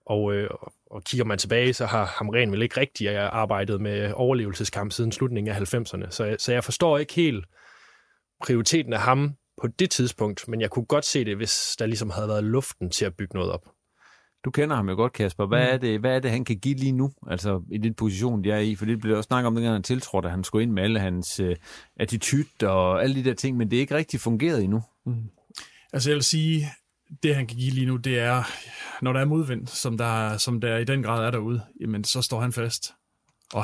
Og kigger man tilbage, så har Hamrén vel ikke rigtig arbejdet med overlevelseskamp siden slutningen af 90'erne. Så jeg forstår ikke helt prioriteten af ham på det tidspunkt, men jeg kunne godt se det, hvis der ligesom havde været luften til at bygge noget op. Du kender ham jo godt, Kasper. Hvad er det, han kan give lige nu? Altså i den position, de er i? For det blev også snakket om, dengang han tiltrådte, at han skulle ind med alle hans attitude og alle de der ting, men det er ikke rigtig fungeret endnu. Altså jeg vil sige, det han kan give lige nu, det er, når der er modvind, som der i den grad er derude, jamen så står han fast. Og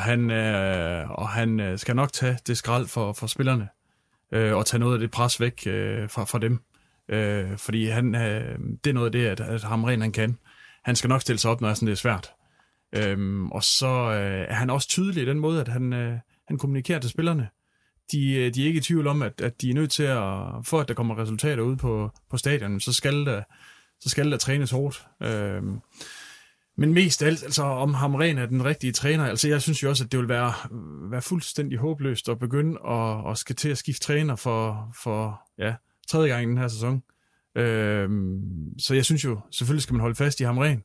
han skal nok tage det skrald for spillerne, og tage noget af det pres væk fra dem. Fordi det er noget af det, at Hamrén han kan. Han skal nok stille sig op, når det er svært. Og så er han også tydelig i den måde, at han kommunikerer til spillerne. De er ikke i tvivl om, at de er nødt til at, for at der kommer resultater ud på stadion, så skal der trænes hårdt. Men mest alt, altså om Hamrén er den rigtige træner, altså jeg synes jo også, at det vil være fuldstændig håbløst at begynde at skal til at skifte træner for 3. gang i den her sæson. Så jeg synes jo, selvfølgelig skal man holde fast i Hamrén.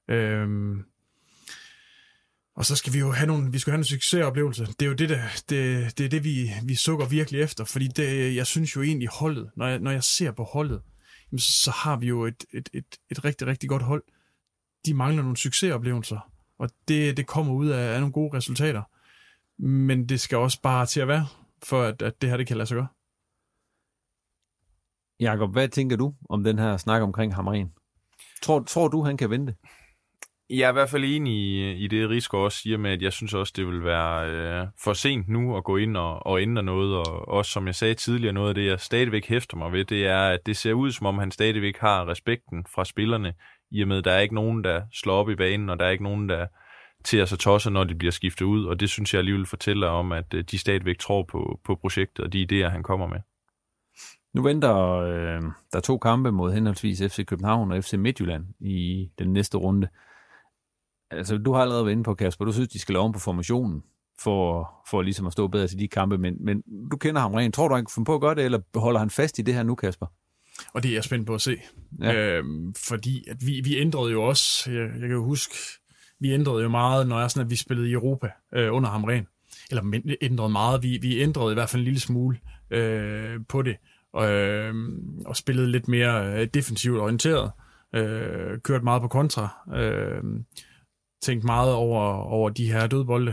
Og så skal vi jo have nogle succesoplevelser. Det er jo det vi sukker virkelig efter, fordi jeg synes jo egentlig holdet, når jeg ser på holdet, så har vi jo et rigtig, rigtig godt hold. De mangler nogle succesoplevelser, og det kommer ud af nogle gode resultater. Men det skal også bare til at være, for at det her det kan lade sig gøre. Jakob, hvad tænker du om den her snak omkring Hamrén? Tror du, han kan vente? Jeg er i hvert fald enig i det, Rigsgaard også siger med, at jeg synes også, det vil være for sent nu at gå ind og ændre noget. Og også, som jeg sagde tidligere, noget af det, jeg stadigvæk hæfter mig ved, det er, at det ser ud, som om han stadigvæk har respekten fra spillerne, i og med, at der er ikke nogen, der slår op i banen, og der er ikke nogen, der tager sig tosser, når de bliver skiftet ud. Og det synes jeg alligevel fortæller om, at de stadigvæk tror på projektet og de idéer, han kommer med. Nu venter der 2 kampe mod henholdsvis FC København og FC Midtjylland i den næste runde. Altså, du har allerede været inde på, Kasper, du synes, de skal lave om på formationen for ligesom at stå bedre til de kampe, men du kender ham rent. Tror du, han kan finde på at gøre det, eller holder han fast i det her nu, Kasper? Og det er jeg spændt på at se. Ja. Fordi at vi ændrede jo også, jeg kan jo huske, vi ændrede jo meget, når at vi spillede i Europa under Hamrén. Eller ændrede meget, vi ændrede i hvert fald en lille smule på det, og spillede lidt mere defensivt orienteret, kørte meget på kontra, tænkte meget over de her dødbolde,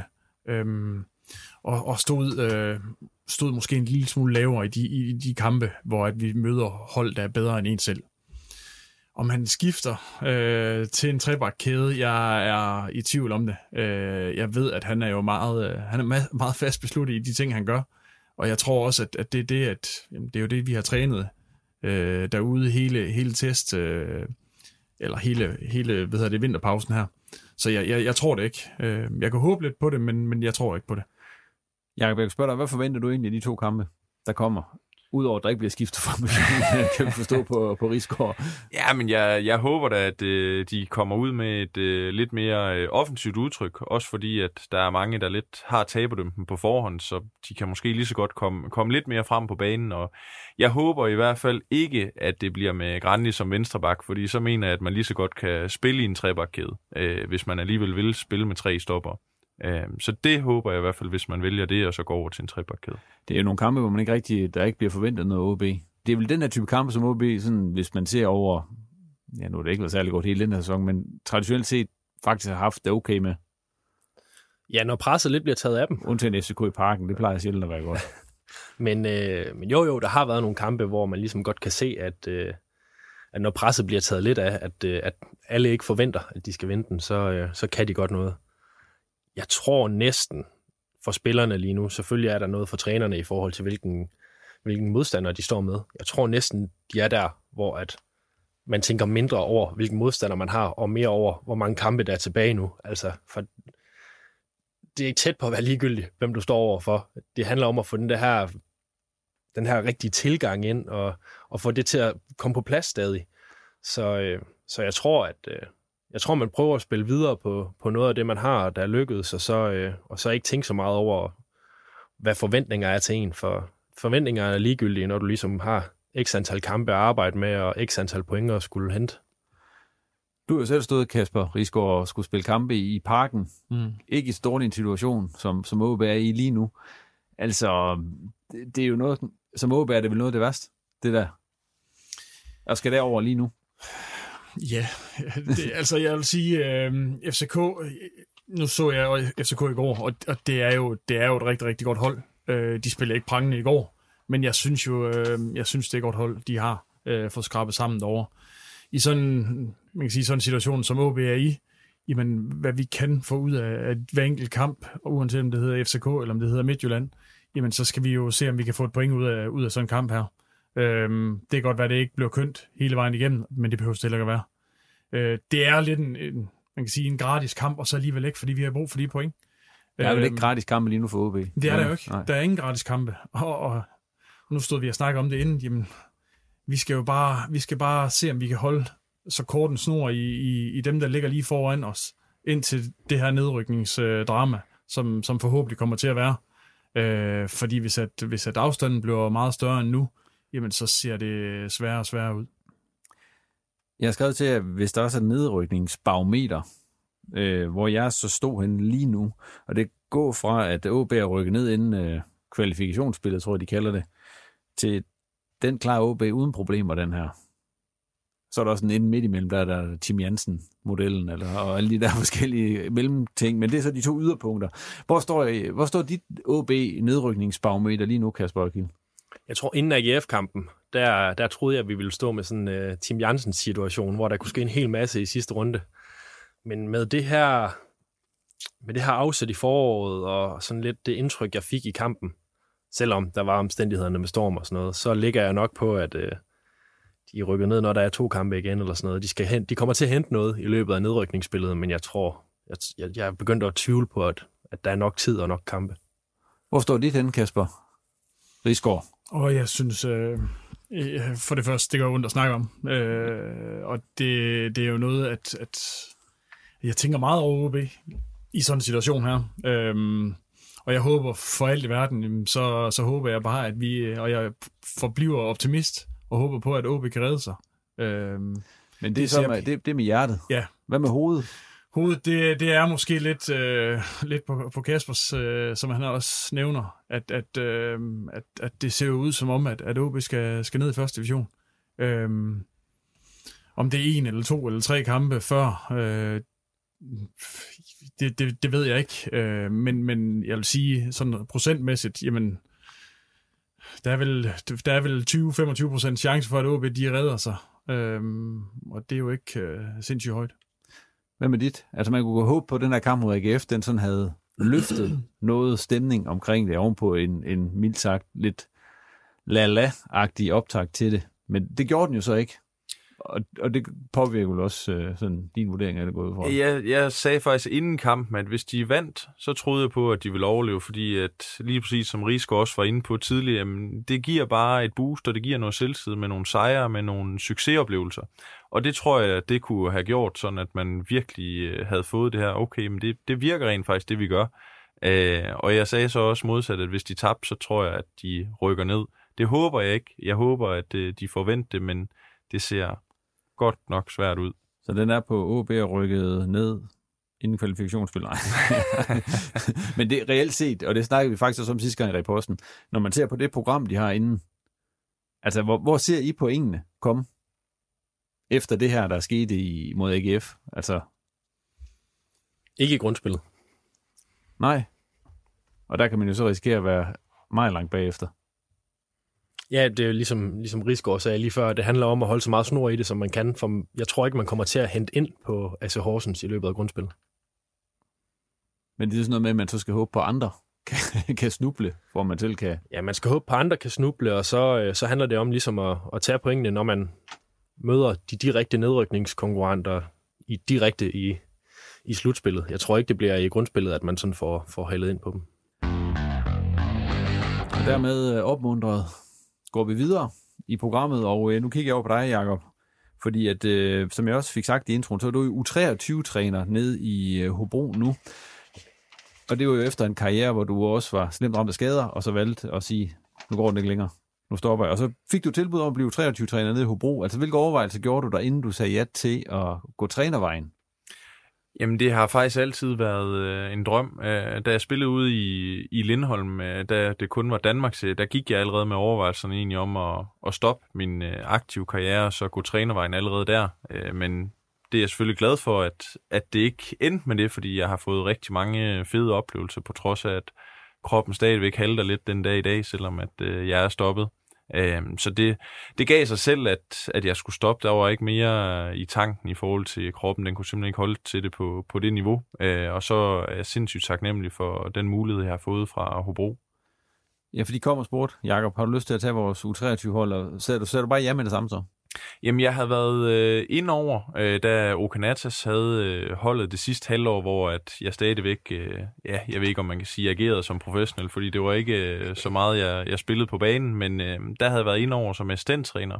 og stod måske en lille smule lavere i de kampe, hvor at vi møder hold, der er bedre end en selv. Om han skifter til en trebakkæde, jeg er i tvivl om det. Jeg ved, at han er jo meget fast besluttet i de ting, han gør. Og jeg tror også, at det er jo det, vi har trænet derude hele test, eller hele vinterpausen her. Så jeg tror det ikke. Jeg kan håbe lidt på det, men jeg tror ikke på det. Jakob, jeg kan spørge dig, hvad forventer du egentlig af de 2 kampe, der kommer? Udover at der ikke bliver skiftet formation, kan vi forstå på Risgaard. Ja, men jeg håber da, at de kommer ud med et lidt mere offensivt udtryk. Også fordi, at der er mange, der lidt har taberdømpen på forhånd, så de kan måske lige så godt komme lidt mere frem på banen. Og jeg håber i hvert fald ikke, at det bliver med Granli som venstrebak, fordi så mener jeg, at man lige så godt kan spille i en trebakkæde, hvis man alligevel vil spille med 3 stopper. Så det håber jeg i hvert fald, hvis man vælger det, og så går over til en trebakkæde. Det er jo nogle kampe, hvor man der ikke bliver forventet noget OB. Det er vel den her type kampe, som OB, sådan, hvis man ser over, ja, nu er det ikke været særlig godt hele den her sæson, men traditionelt set faktisk har haft det okay med. Ja, når presset lidt bliver taget af dem. Undtagen FCK i Parken, det plejer sjældent at være godt. men jo, der har været nogle kampe, hvor man ligesom godt kan se, at når presset bliver taget lidt af, at alle ikke forventer, at de skal vinde den, så kan de godt noget. Jeg tror næsten for spillerne lige nu, selvfølgelig er der noget for trænerne i forhold til, hvilken modstander de står med. Jeg tror næsten, de er der, hvor at man tænker mindre over, hvilken modstander man har, og mere over, hvor mange kampe der er tilbage nu. Altså, for det er ikke tæt på at være ligegyldigt, hvem du står overfor. Det handler om at få den her rigtige tilgang ind, og få det til at komme på plads stadig. Så jeg tror, man prøver at spille videre på noget af det, man har, der er lykkedes, og så ikke tænke så meget over, hvad forventninger er til en. For forventninger er ligegyldige, når du ligesom har x antal kampe at arbejde med, og x antal point at skulle hente. Du har jo selv stået, Kasper Risgaard, og skulle spille kampe i Parken. Ikke i så dårlig en situation, som OB er i lige nu. Altså, det er jo noget, som OB er det vel noget af det værste, det der. Og skal derover lige nu? Ja, altså jeg vil sige, FCK, nu så jeg FCK i går, og det er jo et rigtig, rigtig godt hold. De spillede ikke prangende i går, men jeg synes det er et godt hold, de har fået skrabet sammen derovre. I sådan en situation, som OB er i, jamen, hvad vi kan få ud af hver enkelt kamp, uanset om det hedder FCK eller om det hedder Midtjylland, jamen så skal vi jo se, om vi kan få et point ud af sådan en kamp her. Det kan godt være, at det ikke bliver kønt hele vejen igennem, men det behøver heller ikke at være. Det er lidt man kan sige, en gratis kamp, og så alligevel ikke, fordi vi har brug for de point. Der er vel ikke gratis kampe lige nu for OB? Det er der jo ikke. Nej. Der er ingen gratis kampe. Og nu stod vi og snakkede om det inden. Jamen, vi skal bare se, om vi kan holde så kort en snor i dem, der ligger lige foran os, indtil det her nedrykningsdrama, som forhåbentlig kommer til at være. Fordi hvis afstanden bliver meget større end nu, jamen så ser det sværere og sværere ud. Jeg har skrevet til, at hvis der også er nedrykningsbarometer, hvor jeg så stod henne lige nu, og det går fra, at OB er rykket ned inden kvalifikationsspillet, tror jeg, de kalder det, til den klarer OB uden problemer, den her. Så er der også en inde midt imellem, der er der Tim Jansen-modellen, og alle de der forskellige mellemting, men det er så de 2 yderpunkter. Hvor står dit OB-nedrykningsbarometer lige nu, Kasper Økild? Jeg tror, inden AGF-kampen, der troede jeg, at vi ville stå med sådan en Tim Jansen-situation, hvor der kunne ske en hel masse i sidste runde. Men med det her afsæt i foråret, og sådan lidt det indtryk, jeg fik i kampen, selvom der var omstændighederne med storm og sådan noget, så ligger jeg nok på, at de rykker ned, når der er 2 kampe igen, eller sådan noget. De kommer til at hente noget i løbet af nedrykningsspillet, men jeg tror, jeg er begyndt at tvivle på, at der er nok tid og nok kampe. Hvor står dit henne, Kasper Risgaard? Og jeg synes, for det første, det gør ondt at snakke om. Og det er jo noget, at jeg tænker meget over OB i sådan en situation her. Og jeg håber for alt i verden, så håber jeg bare, at jeg forbliver optimist, og håber på, at OB kan redde sig. Men det er med hjertet. Ja. Hvad med hovedet? Hovedet, det er måske lidt på Kaspers, som han også nævner, at det ser ud som om, at OB skal ned i første division. Om det er 1 eller 2 eller 3 kampe før Det ved jeg ikke, men jeg vil sige, sådan procentmæssigt, jamen, der er vel 20-25% chance for, at OB de redder sig, og det er jo ikke sindssygt højt. Hvad med dit? Altså man kunne gå håbe på, at den her kamp mod AGF, den sådan havde løftet noget stemning omkring det, ovenpå en mildt sagt lidt la-la-agtig optakt til det. Men det gjorde den jo så ikke. Og det påvirker jo også sådan din vurdering af det gået for. Jeg sagde faktisk inden kampen, at hvis de vandt, så troede jeg på, at de ville overleve, fordi at lige præcis som Rigsgaard også var inde på tidligere, jamen, det giver bare et boost, og det giver noget selvtillid med nogle sejre, med nogle succesoplevelser. Og det tror jeg, det kunne have gjort, sådan at man virkelig havde fået det her, okay, men det virker rent faktisk, det vi gør. Og jeg sagde så også modsat, at hvis de tabte, så tror jeg, at de rykker ned. Det håber jeg ikke. Jeg håber, at de får vendt det, men det ser godt nok svært ud. Så den er på OB rykket ned inden kvalifikationsspil. Men det er reelt set, og det snakker vi faktisk også om sidste gang i reposten, når man ser på det program, de har inden, altså hvor ser I pointene komme efter det her, der er sket mod AGF? Altså ikke i grundspillet. Nej. Og der kan man jo så risikere at være meget langt bagefter. Ja, det er jo ligesom Rigsgaard sagde lige før, det handler om at holde så meget snor i det, som man kan, for jeg tror ikke, man kommer til at hente ind på AC Horsens i løbet af grundspillet. Men det er sådan noget med, at man så skal håbe på andre kan snuble, hvor man selv kan... Ja, man skal håbe på andre kan snuble, og så handler det om ligesom at tage pointene, når man møder de direkte nedrykningskonkurrenter direkte i slutspillet. Jeg tror ikke, det bliver i grundspillet, at man sådan får hældet ind på dem. Og dermed opmuntret går vi videre i programmet, og nu kigger jeg over på dig, Jakob, fordi at, som jeg også fik sagt i introen, så er du jo U23-træner nede i Hobro nu, og det var jo efter en karriere, hvor du også var slemt ramt af skader, og så valgte at sige, nu går den ikke længere, nu stopper jeg, og så fik du tilbud om at blive U23-træner nede i Hobro. Altså, hvilke overvejelser gjorde du der, inden du sagde ja til at gå trænervejen? Jamen, det har faktisk altid været en drøm. Da jeg spillede ude i Lindholm, da det kun var Danmark, der gik jeg allerede med overvejelserne egentlig om at stoppe min aktive karriere, og så gå trænervejen allerede der. Men det er jeg selvfølgelig glad for, at det ikke endte med det, fordi jeg har fået rigtig mange fede oplevelser, på trods af, at kroppen stadigvæk halter lidt den dag i dag, selvom at jeg er stoppet. Så det gav sig selv, at jeg skulle stoppe. Der var ikke mere i tanken i forhold til kroppen. Den kunne simpelthen ikke holde til det på det niveau. Og så er jeg sindssygt taknemmelig for den mulighed, jeg har fået fra Hobro. Ja, for de kom og spurgte, Jakob, har du lyst til at tage vores U23-hold? Og så er du bare ja med det samme så? Jamen, jeg havde været indover, da Okanatas havde holdet det sidste halvår, hvor at jeg stadigvæk, jeg ved ikke, om man kan sige, agerede som professionel, fordi det var ikke så meget, jeg spillede på banen, men der havde jeg været indover som assistenttræner.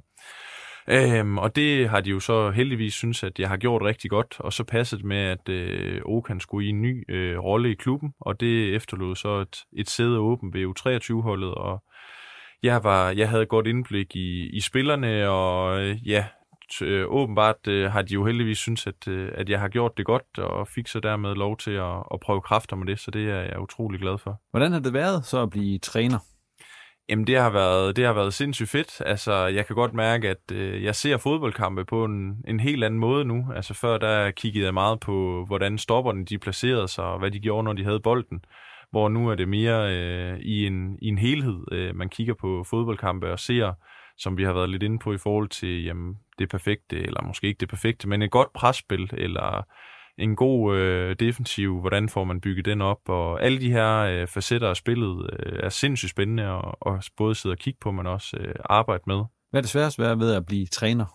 Og det har de jo så heldigvis synes, at jeg har gjort rigtig godt, og så passede det med, at Okan skulle i en ny rolle i klubben, og det efterlod så et sæde åbent ved U23-holdet, og jeg havde godt indblik i spillerne, og åbenbart har de jo heldigvis synes, at jeg har gjort det godt, og fik så dermed lov til at prøve kræfter med det, så det er jeg utrolig glad for. Hvordan har det været så at blive træner? Jamen, det har været sindssygt fedt. Altså, jeg kan godt mærke, at jeg ser fodboldkampe på en helt anden måde nu. Altså, før der kiggede jeg meget på, hvordan stopperne de placerede sig, og hvad de gjorde, når de havde bolden. Hvor nu er det mere i en helhed, man kigger på fodboldkampe og ser, som vi har været lidt inde på i forhold til det perfekte, eller måske ikke det perfekte, men et godt presspil, eller en god defensiv, hvordan får man bygget den op, og alle de her facetter af spillet er sindssygt spændende at både sidde og kigge på, men også arbejde med. Hvad er det sværest ved at blive træner?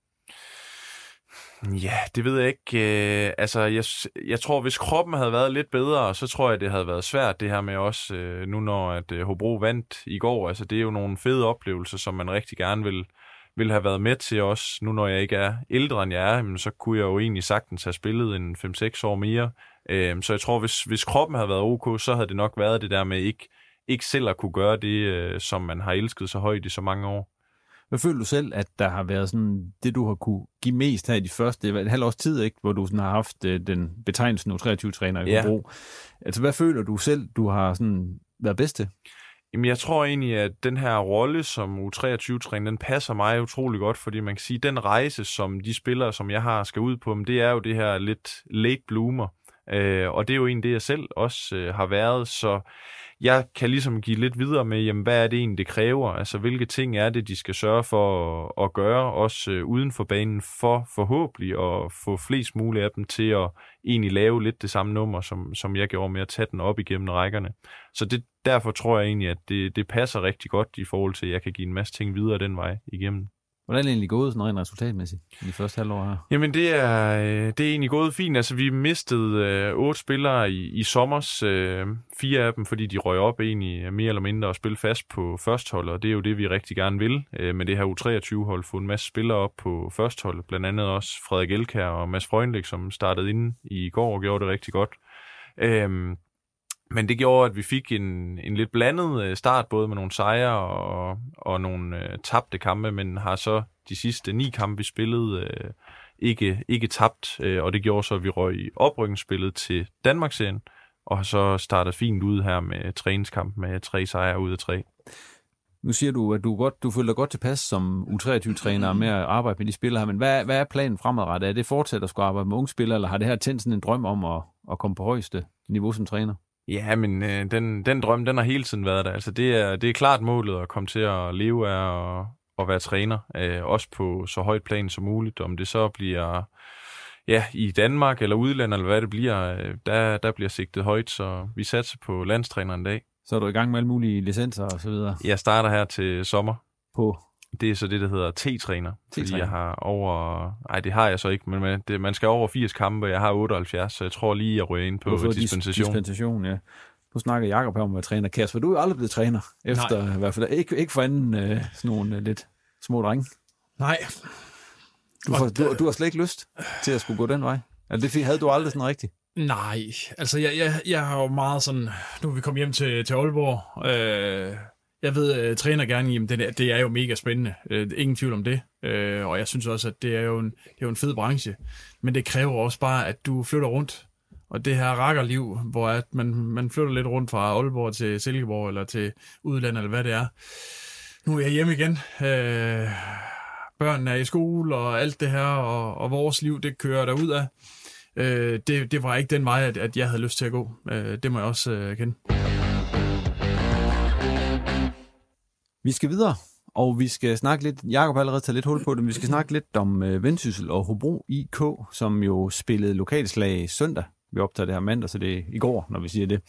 Ja, det ved jeg ikke. Altså, jeg tror, hvis kroppen havde været lidt bedre, så tror jeg, det havde været svært, det her med også, nu når at Hobro vandt i går. Altså, det er jo nogle fede oplevelser, som man rigtig gerne vil have været med til også. Nu når jeg ikke er ældre, end jeg er, så kunne jeg jo egentlig sagtens have spillet en 5-6 år mere. Så jeg tror, hvis kroppen havde været ok, så havde det nok været det der med ikke selv at kunne gøre det, som man har elsket så højt i så mange år. Hvad føler du selv, at der har været sådan det, du har kunne give mest her i de første et halvt års tid, ikke? Hvor du sådan har haft den betegnelsen U23-træner i Hobro? Altså, hvad føler du selv, du har sådan været bedst til? Jamen, jeg tror egentlig, at den her rolle som U23-træner, den passer mig utrolig godt, fordi man kan sige, at den rejse, som de spillere, som jeg har, skal ud på, det er jo det her lidt late bloomer. Og det er jo egentlig det, jeg selv også har været, så jeg kan ligesom give lidt videre med, jamen, hvad er det egentlig, det kræver? Altså, hvilke ting er det, de skal sørge for at gøre, også uden for banen, for forhåbentlig at få flest muligt af dem til at egentlig lave lidt det samme nummer, som jeg gjorde med at tage den op igennem rækkerne. Så derfor tror jeg egentlig, at det passer rigtig godt i forhold til, at jeg kan give en masse ting videre den vej igennem. Hvordan er det egentlig gået sådan rent resultatmæssigt i de første halvår her? Jamen, det er egentlig gået fint. Altså, vi mistede 8 spillere i sommers. 4 af dem, fordi de røg op egentlig mere eller mindre og spille fast på førsteholdet, og det er jo det, vi rigtig gerne vil. Med det her U23-hold få en masse spillere op på førsteholdet. Blandt andet også Frederik Elkær og Mads Freundlich, som startede inde i går og gjorde det rigtig godt. Men det gjorde, at vi fik en lidt blandet start, både med nogle sejre og nogle tabte kampe, men har så de sidste 9 kampe, vi spillede, ikke tabt, og det gjorde så, at vi røg i oprykningsspillet til Danmarksserien, og har så startet fint ud her med træningskamp med 3 sejre ud af 3. Nu siger du, at du føler dig godt tilpas som U23-træner med at arbejde med de spillere her, men hvad er planen fremadrettet? Er det fortsat at skulle arbejde med unge spillere, eller har det her tændt sådan en drøm om at komme på højeste niveau som træner? Ja, men den drøm, den har hele tiden været der. Altså, det er klart målet at komme til at leve af og være træner, også på så højt plan som muligt. Om det så bliver i Danmark eller udlandet, eller hvad det bliver, der bliver sigtet højt, så vi satser på landstræner en dag. Så er du i gang med alle mulige licenser og så videre? Jeg starter her til sommer. På? Det er så det, der hedder T-træner. Fordi jeg har over... det har jeg så ikke, men man skal over 80 kampe, jeg har 78, så jeg tror lige, jeg ryger ind på dispensation. Dispensation, ja. Nu snakker Jakob her om at være træner. Kasper, du er jo aldrig blevet træner, efter i hvert fald ikke for anden sådan nogle lidt små drenge. Nej. Du har slet ikke lyst til at skulle gå den vej? Altså, det havde du aldrig sådan rigtigt? Nej, altså jeg har jo meget sådan... Nu er vi kommet hjem til Aalborg. Jeg ved, træner gerne, jamen det er jo mega spændende. Ingen tvivl om det. Og jeg synes også, at det er jo en fed branche. Men det kræver også bare, at du flytter rundt. Og det her rakkerliv, hvor at man flytter lidt rundt fra Aalborg til Silkeborg, eller til udlandet, eller hvad det er. Nu er jeg hjemme igen. Børnene er i skole, og alt det her, og vores liv, det kører derudad. Det var ikke den vej, at jeg havde lyst til at gå. Det må jeg også kende. Vi skal videre, og vi skal snakke lidt, Jakob har allerede taget lidt hul på det, men vi skal snakke lidt om Vendsyssel og Hobro IK, som jo spillede lokalslag søndag. Vi optager det her mandag, så det er i går, når vi siger det.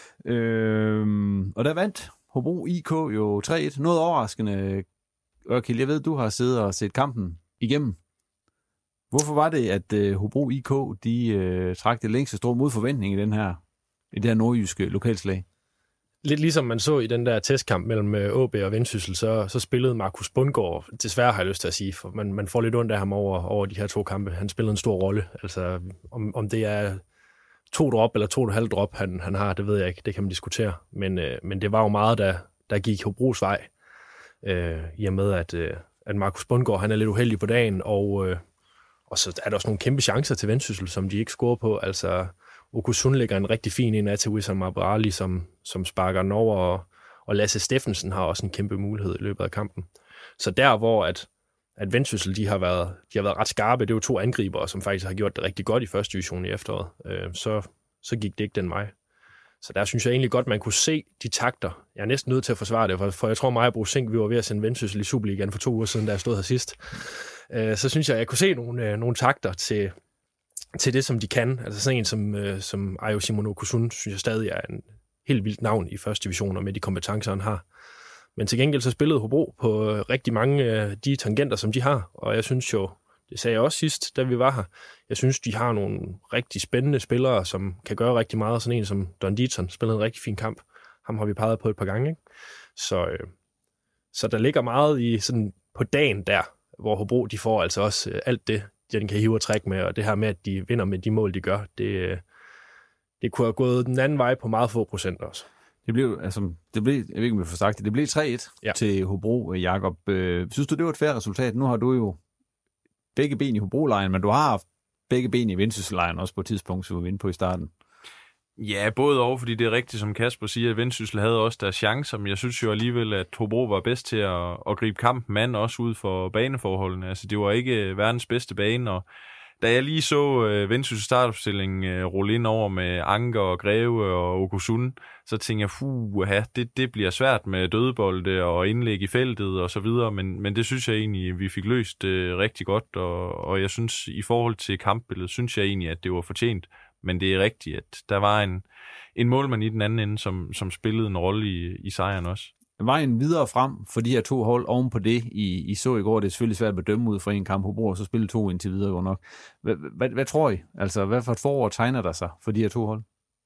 Og der vandt Hobro IK jo 3-1. Noget overraskende, Ørkild, jeg ved, du har siddet og set kampen igennem. Hvorfor var det, at Hobro IK, de trak det længste store mod forventning i det her nordjyske lokalslag? Lidt ligesom man så i den der testkamp mellem AB og Vendsyssel, så spillede Markus Bundgaard, desværre har jeg lyst til at sige, for man får lidt ondt af ham over de her 2 kampe. Han spillede en stor rolle. Altså, om det er 2 drop eller 2,5 drop, han har, det ved jeg ikke. Det kan man diskutere. Men det var jo meget, der gik Hobros vej, i og med, at Markus Bundgaard, han er lidt uheldig på dagen, og så er der også nogle kæmpe chancer til Vendsyssel, som de ikke scorer på. Altså, Okusun lægger en rigtig fin en af til Wissam Abrali, som sparker den over, og Lasse Steffensen har også en kæmpe mulighed i løbet af kampen. Så der, hvor at Vendsyssel, de har været ret skarpe, det er jo 2 angribere, som faktisk har gjort det rigtig godt i første division i efteråret, så gik det ikke den vej. Så der synes jeg egentlig godt, man kunne se de takter. Jeg er næsten nødt til at forsvare det, for jeg tror mig og Bro Sink, vi var ved at sende Vendsyssel i Superligaen for 2 uger siden, da jeg stod her sidst. Så synes jeg kunne se nogle takter til det, som de kan. Altså sådan en som Ayo Simon Okusun, synes jeg stadig er en helt vildt navn i første division, og med de kompetencer, han har. Men til gengæld så spillede Hobro på rigtig mange af de tangenter, som de har, og jeg synes jo, det sagde jeg også sidst, da vi var her, jeg synes, de har nogle rigtig spændende spillere, som kan gøre rigtig meget. Sådan en som Don Dietzen spillede en rigtig fin kamp. Ham har vi peget på et par gange, ikke? Så der ligger meget i sådan på dagen der, hvor Hobro, de får altså også alt det, den kan hive og trække med, og det her med, at de vinder med de mål, de gør, det kunne have gået den anden vej på meget få procent også. Jeg ved ikke, om vi får sagt det. Det blev 3-1 til Hobro, Jakob. Synes du, det var et fair resultat? Nu har du jo begge ben i Hobro-lejren, men du har haft begge ben i Vendsyssel-lejren også på et tidspunkt, som vi var inde på i starten. Ja, både og, fordi det er rigtigt, som Kasper siger, at Vendsyssel havde også deres chancer, men jeg synes jo alligevel, at Hobro var bedst til at gribe kampen an, også ud for baneforholdene. Altså, det var ikke verdens bedste bane, og da jeg lige så Vendsyssel startopstillingen rulle ind over med Anker og Greve og Okusund, så tænkte jeg, det bliver svært med dødebolde og indlæg i feltet og så videre, men det synes jeg egentlig, vi fik løst rigtig godt, og jeg synes, i forhold til kampbilledet, synes jeg egentlig, at det var fortjent. Men det er rigtigt, at der var en målmand i den anden ende, som spillede en rolle i sejren også. Vejen videre frem for de her to hold oven på det, I så i går, det er selvfølgelig svært at bedømme ud fra en kamp. Hobro og så spille 2 indtil videre godt nok. Hvad tror I? Altså, hvad for et forår tegner der sig for de her 2 hold?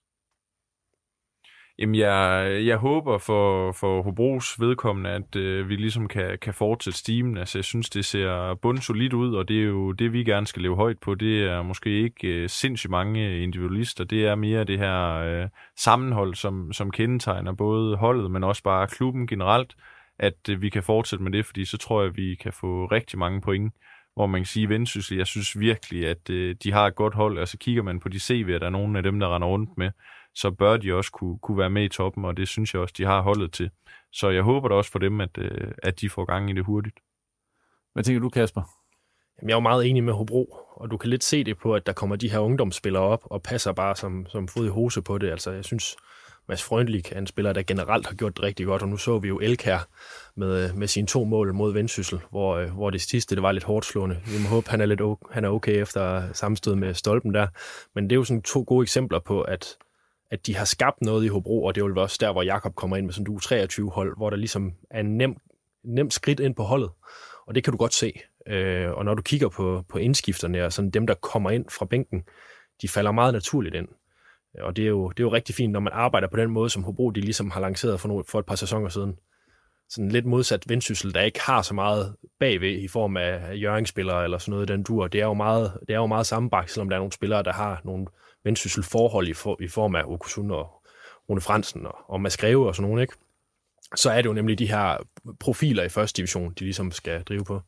Jamen, jeg håber for Hobros vedkommende, at vi ligesom kan fortsætte stimen. Altså, jeg synes, det ser bundsolidt ud, og det er jo det, vi gerne skal leve højt på. Det er måske ikke sindssygt mange individualister. Det er mere det her sammenhold, som kendetegner både holdet, men også bare klubben generelt, at vi kan fortsætte med det, fordi så tror jeg, at vi kan få rigtig mange point. Hvor man kan sige, Vendsyssel, jeg synes virkelig, at de har et godt hold. Altså, kigger man på de CV'er, der er nogle af dem, der render rundt med, så bør de også kunne være med i toppen, og det synes jeg også, de har holdet til. Så jeg håber da også for dem, at de får gang i det hurtigt. Hvad tænker du, Kasper? Jamen, jeg er jo meget enig med Hobro, og du kan lidt se det på, at der kommer de her ungdomsspillere op og passer bare som fod i hose på det. Altså, jeg synes, Mads Frøndlik er en spiller, der generelt har gjort det rigtig godt, og nu så vi jo Elkær med sine 2 mål mod Vendsyssel, hvor det sidste det var lidt hårdt slående. Vi må håbe, han er okay efter sammenstød med Stolpen der. Men det er jo sådan 2 gode eksempler på, at de har skabt noget i Hobro, og det er jo også der, hvor Jakob kommer ind med sådan en U23-hold, hvor der ligesom er en nem skridt ind på holdet, og det kan du godt se. Og når du kigger på indskifterne, og sådan dem, der kommer ind fra bænken, de falder meget naturligt ind. Og det er jo rigtig fint, når man arbejder på den måde, som Hobro de ligesom har lanceret for et par sæsoner siden. Sådan lidt modsat Vendsyssel, der ikke har så meget bagved i form af Hjørring-spillere eller sådan noget den dur. Det er jo meget sammenbragt, selvom der er nogle spillere, der har nogle Vendsyssel-forhold i form af Okusund og Rune Fransen og Mads Greve og sådan nogle, ikke? Så er det jo nemlig de her profiler i første division, de ligesom skal drive på.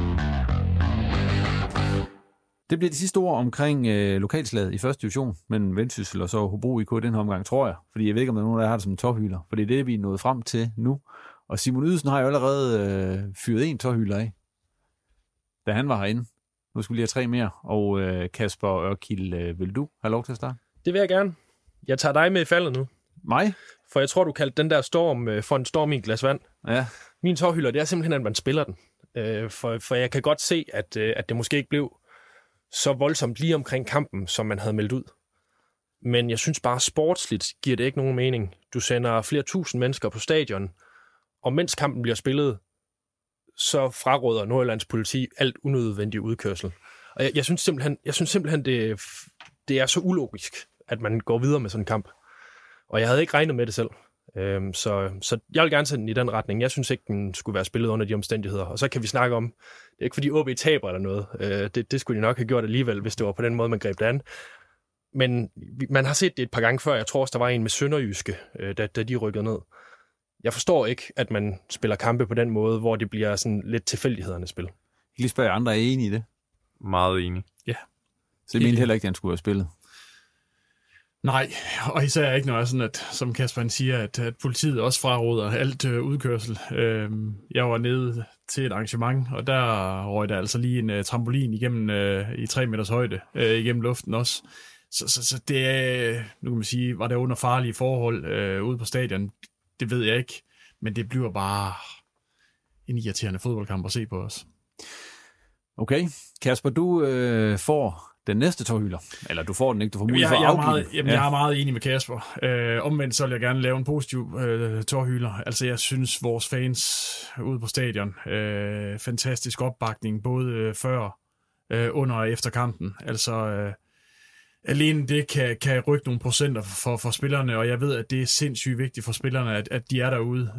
Det bliver det sidste ord omkring lokalslaget i første division mellem Vendsyssel og så Hobro IK i den her omgang, tror jeg. Fordi jeg ved ikke, om der er nogen, der har det som tårhylder. For det er det, vi er nået frem til nu. Og Simon Ydelsen har jo allerede fyret 1 tårhylder af, da han var herinde. Nu skal vi lige have 3 mere. Og Kasper Ørkild, vil du have lov til at starte? Det vil jeg gerne. Jeg tager dig med i faldet nu. Mig? For jeg tror, du kaldte den der storm for en storm i et glas vand. Ja. Min tårhylder, det er simpelthen, at man spiller den. For jeg kan godt se, at det måske ikke blev så voldsomt lige omkring kampen, som man havde meldt ud. Men jeg synes bare, sportsligt giver det ikke nogen mening. Du sender flere tusind mennesker på stadion, og mens kampen bliver spillet, så fraråder Nordjyllands politi alt unødvendig udkørsel. Og jeg synes simpelthen, det er så ulogisk, at man går videre med sådan en kamp. Og jeg havde ikke regnet med det selv. Så jeg vil gerne sende den i den retning. Jeg synes ikke, den skulle være spillet under de omstændigheder. Og så kan vi snakke om, det er ikke fordi OB taber eller noget. Det skulle de nok have gjort alligevel, hvis det var på den måde, man greb det an. Men man har set det et par gange før. Jeg tror også, der var en med Sønderjyske, da de rykkede ned. Jeg forstår ikke, at man spiller kampe på den måde, hvor det bliver sådan lidt tilfældighedernes spil. Jeg kan lige spørge, andre er enige i det? Meget enige. Ja. Så jeg mente heller ikke, at han skulle have spillet? Nej, og især ikke, når det er sådan, at, som Kasper siger, at politiet også fraråder alt udkørsel. Jeg var nede til et arrangement, og der røg der altså lige en trampolin igennem i 3 meters højde, igennem luften også. Så det er, nu kan man sige, var det under farlige forhold ude på stadion? Det ved jeg ikke, men det bliver bare en irriterende fodboldkamp at se på os. Okay, Kasper, du får den næste tårhylder. Eller du får den ikke, du får mulighed for at afgive. Jeg er meget enig med Kasper. Omvendt så vil jeg gerne lave en positiv tårhylder. Altså jeg synes, vores fans ude på stadion, fantastisk opbakning, både før, under og efter kampen. Altså alene det kan rykke nogle procenter for spillerne, og jeg ved, at det er sindssygt vigtigt for spillerne, at de er derude,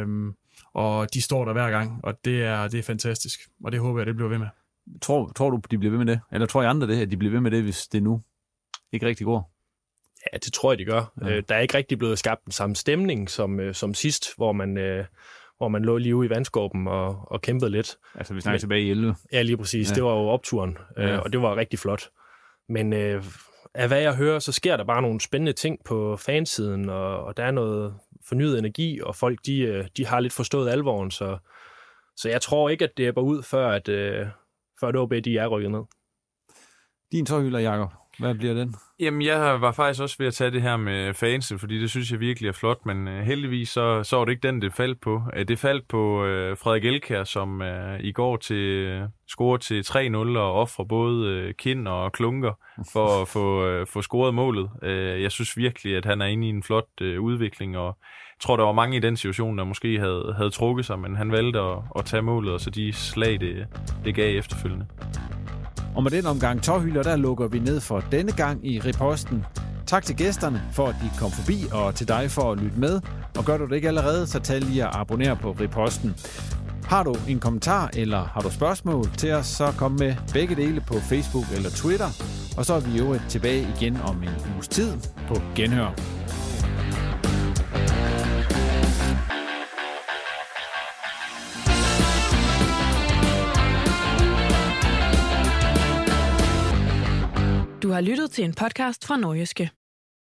og de står der hver gang, og det er fantastisk, og det håber jeg, det bliver ved med. Tror du, de bliver ved med det? Eller tror I andre det, at de bliver ved med det, hvis det nu ikke rigtig går? Ja, det tror jeg, de gør. Ja. Der er ikke rigtig blevet skabt den samme stemning som sidst, hvor man lå lige ude i vandskåben og kæmpede lidt. Altså vi snakker tilbage i 11. Ja, lige præcis. Ja. Det var jo opturen, og det var rigtig flot. Men af hvad jeg hører, så sker der bare nogle spændende ting på fansiden, og der er noget fornyet energi, og folk de har lidt forstået alvoren, så jeg tror ikke, at det ebber ud, før at OB de er rykket ned. Din tårhylder, Jakob. Hvad bliver den? Jamen, jeg var faktisk også ved at tage det her med fansen, fordi det synes jeg virkelig er flot, men heldigvis så var det ikke den, det faldt på. Det faldt på Frederik Elkjær, som i går scorede til 3-0 og offrer både Kind og Klunker for at få scoret målet. Jeg synes virkelig, at han er inde i en flot udvikling, og jeg tror, der var mange i den situation, der måske havde trukket sig, men han valgte at tage målet, og så de slag, det gav efterfølgende. Og med den omgang tårhylder, der lukker vi ned for denne gang i Riposten. Tak til gæsterne for, at de kom forbi, og til dig for at lytte med. Og gør du det ikke allerede, så tag lige at abonnere på Riposten. Har du en kommentar, eller har du spørgsmål til os, så kom med begge dele på Facebook eller Twitter. Og så er vi jo tilbage igen om en uges tid på Genhør. Du har lyttet til en podcast fra Nordjyske.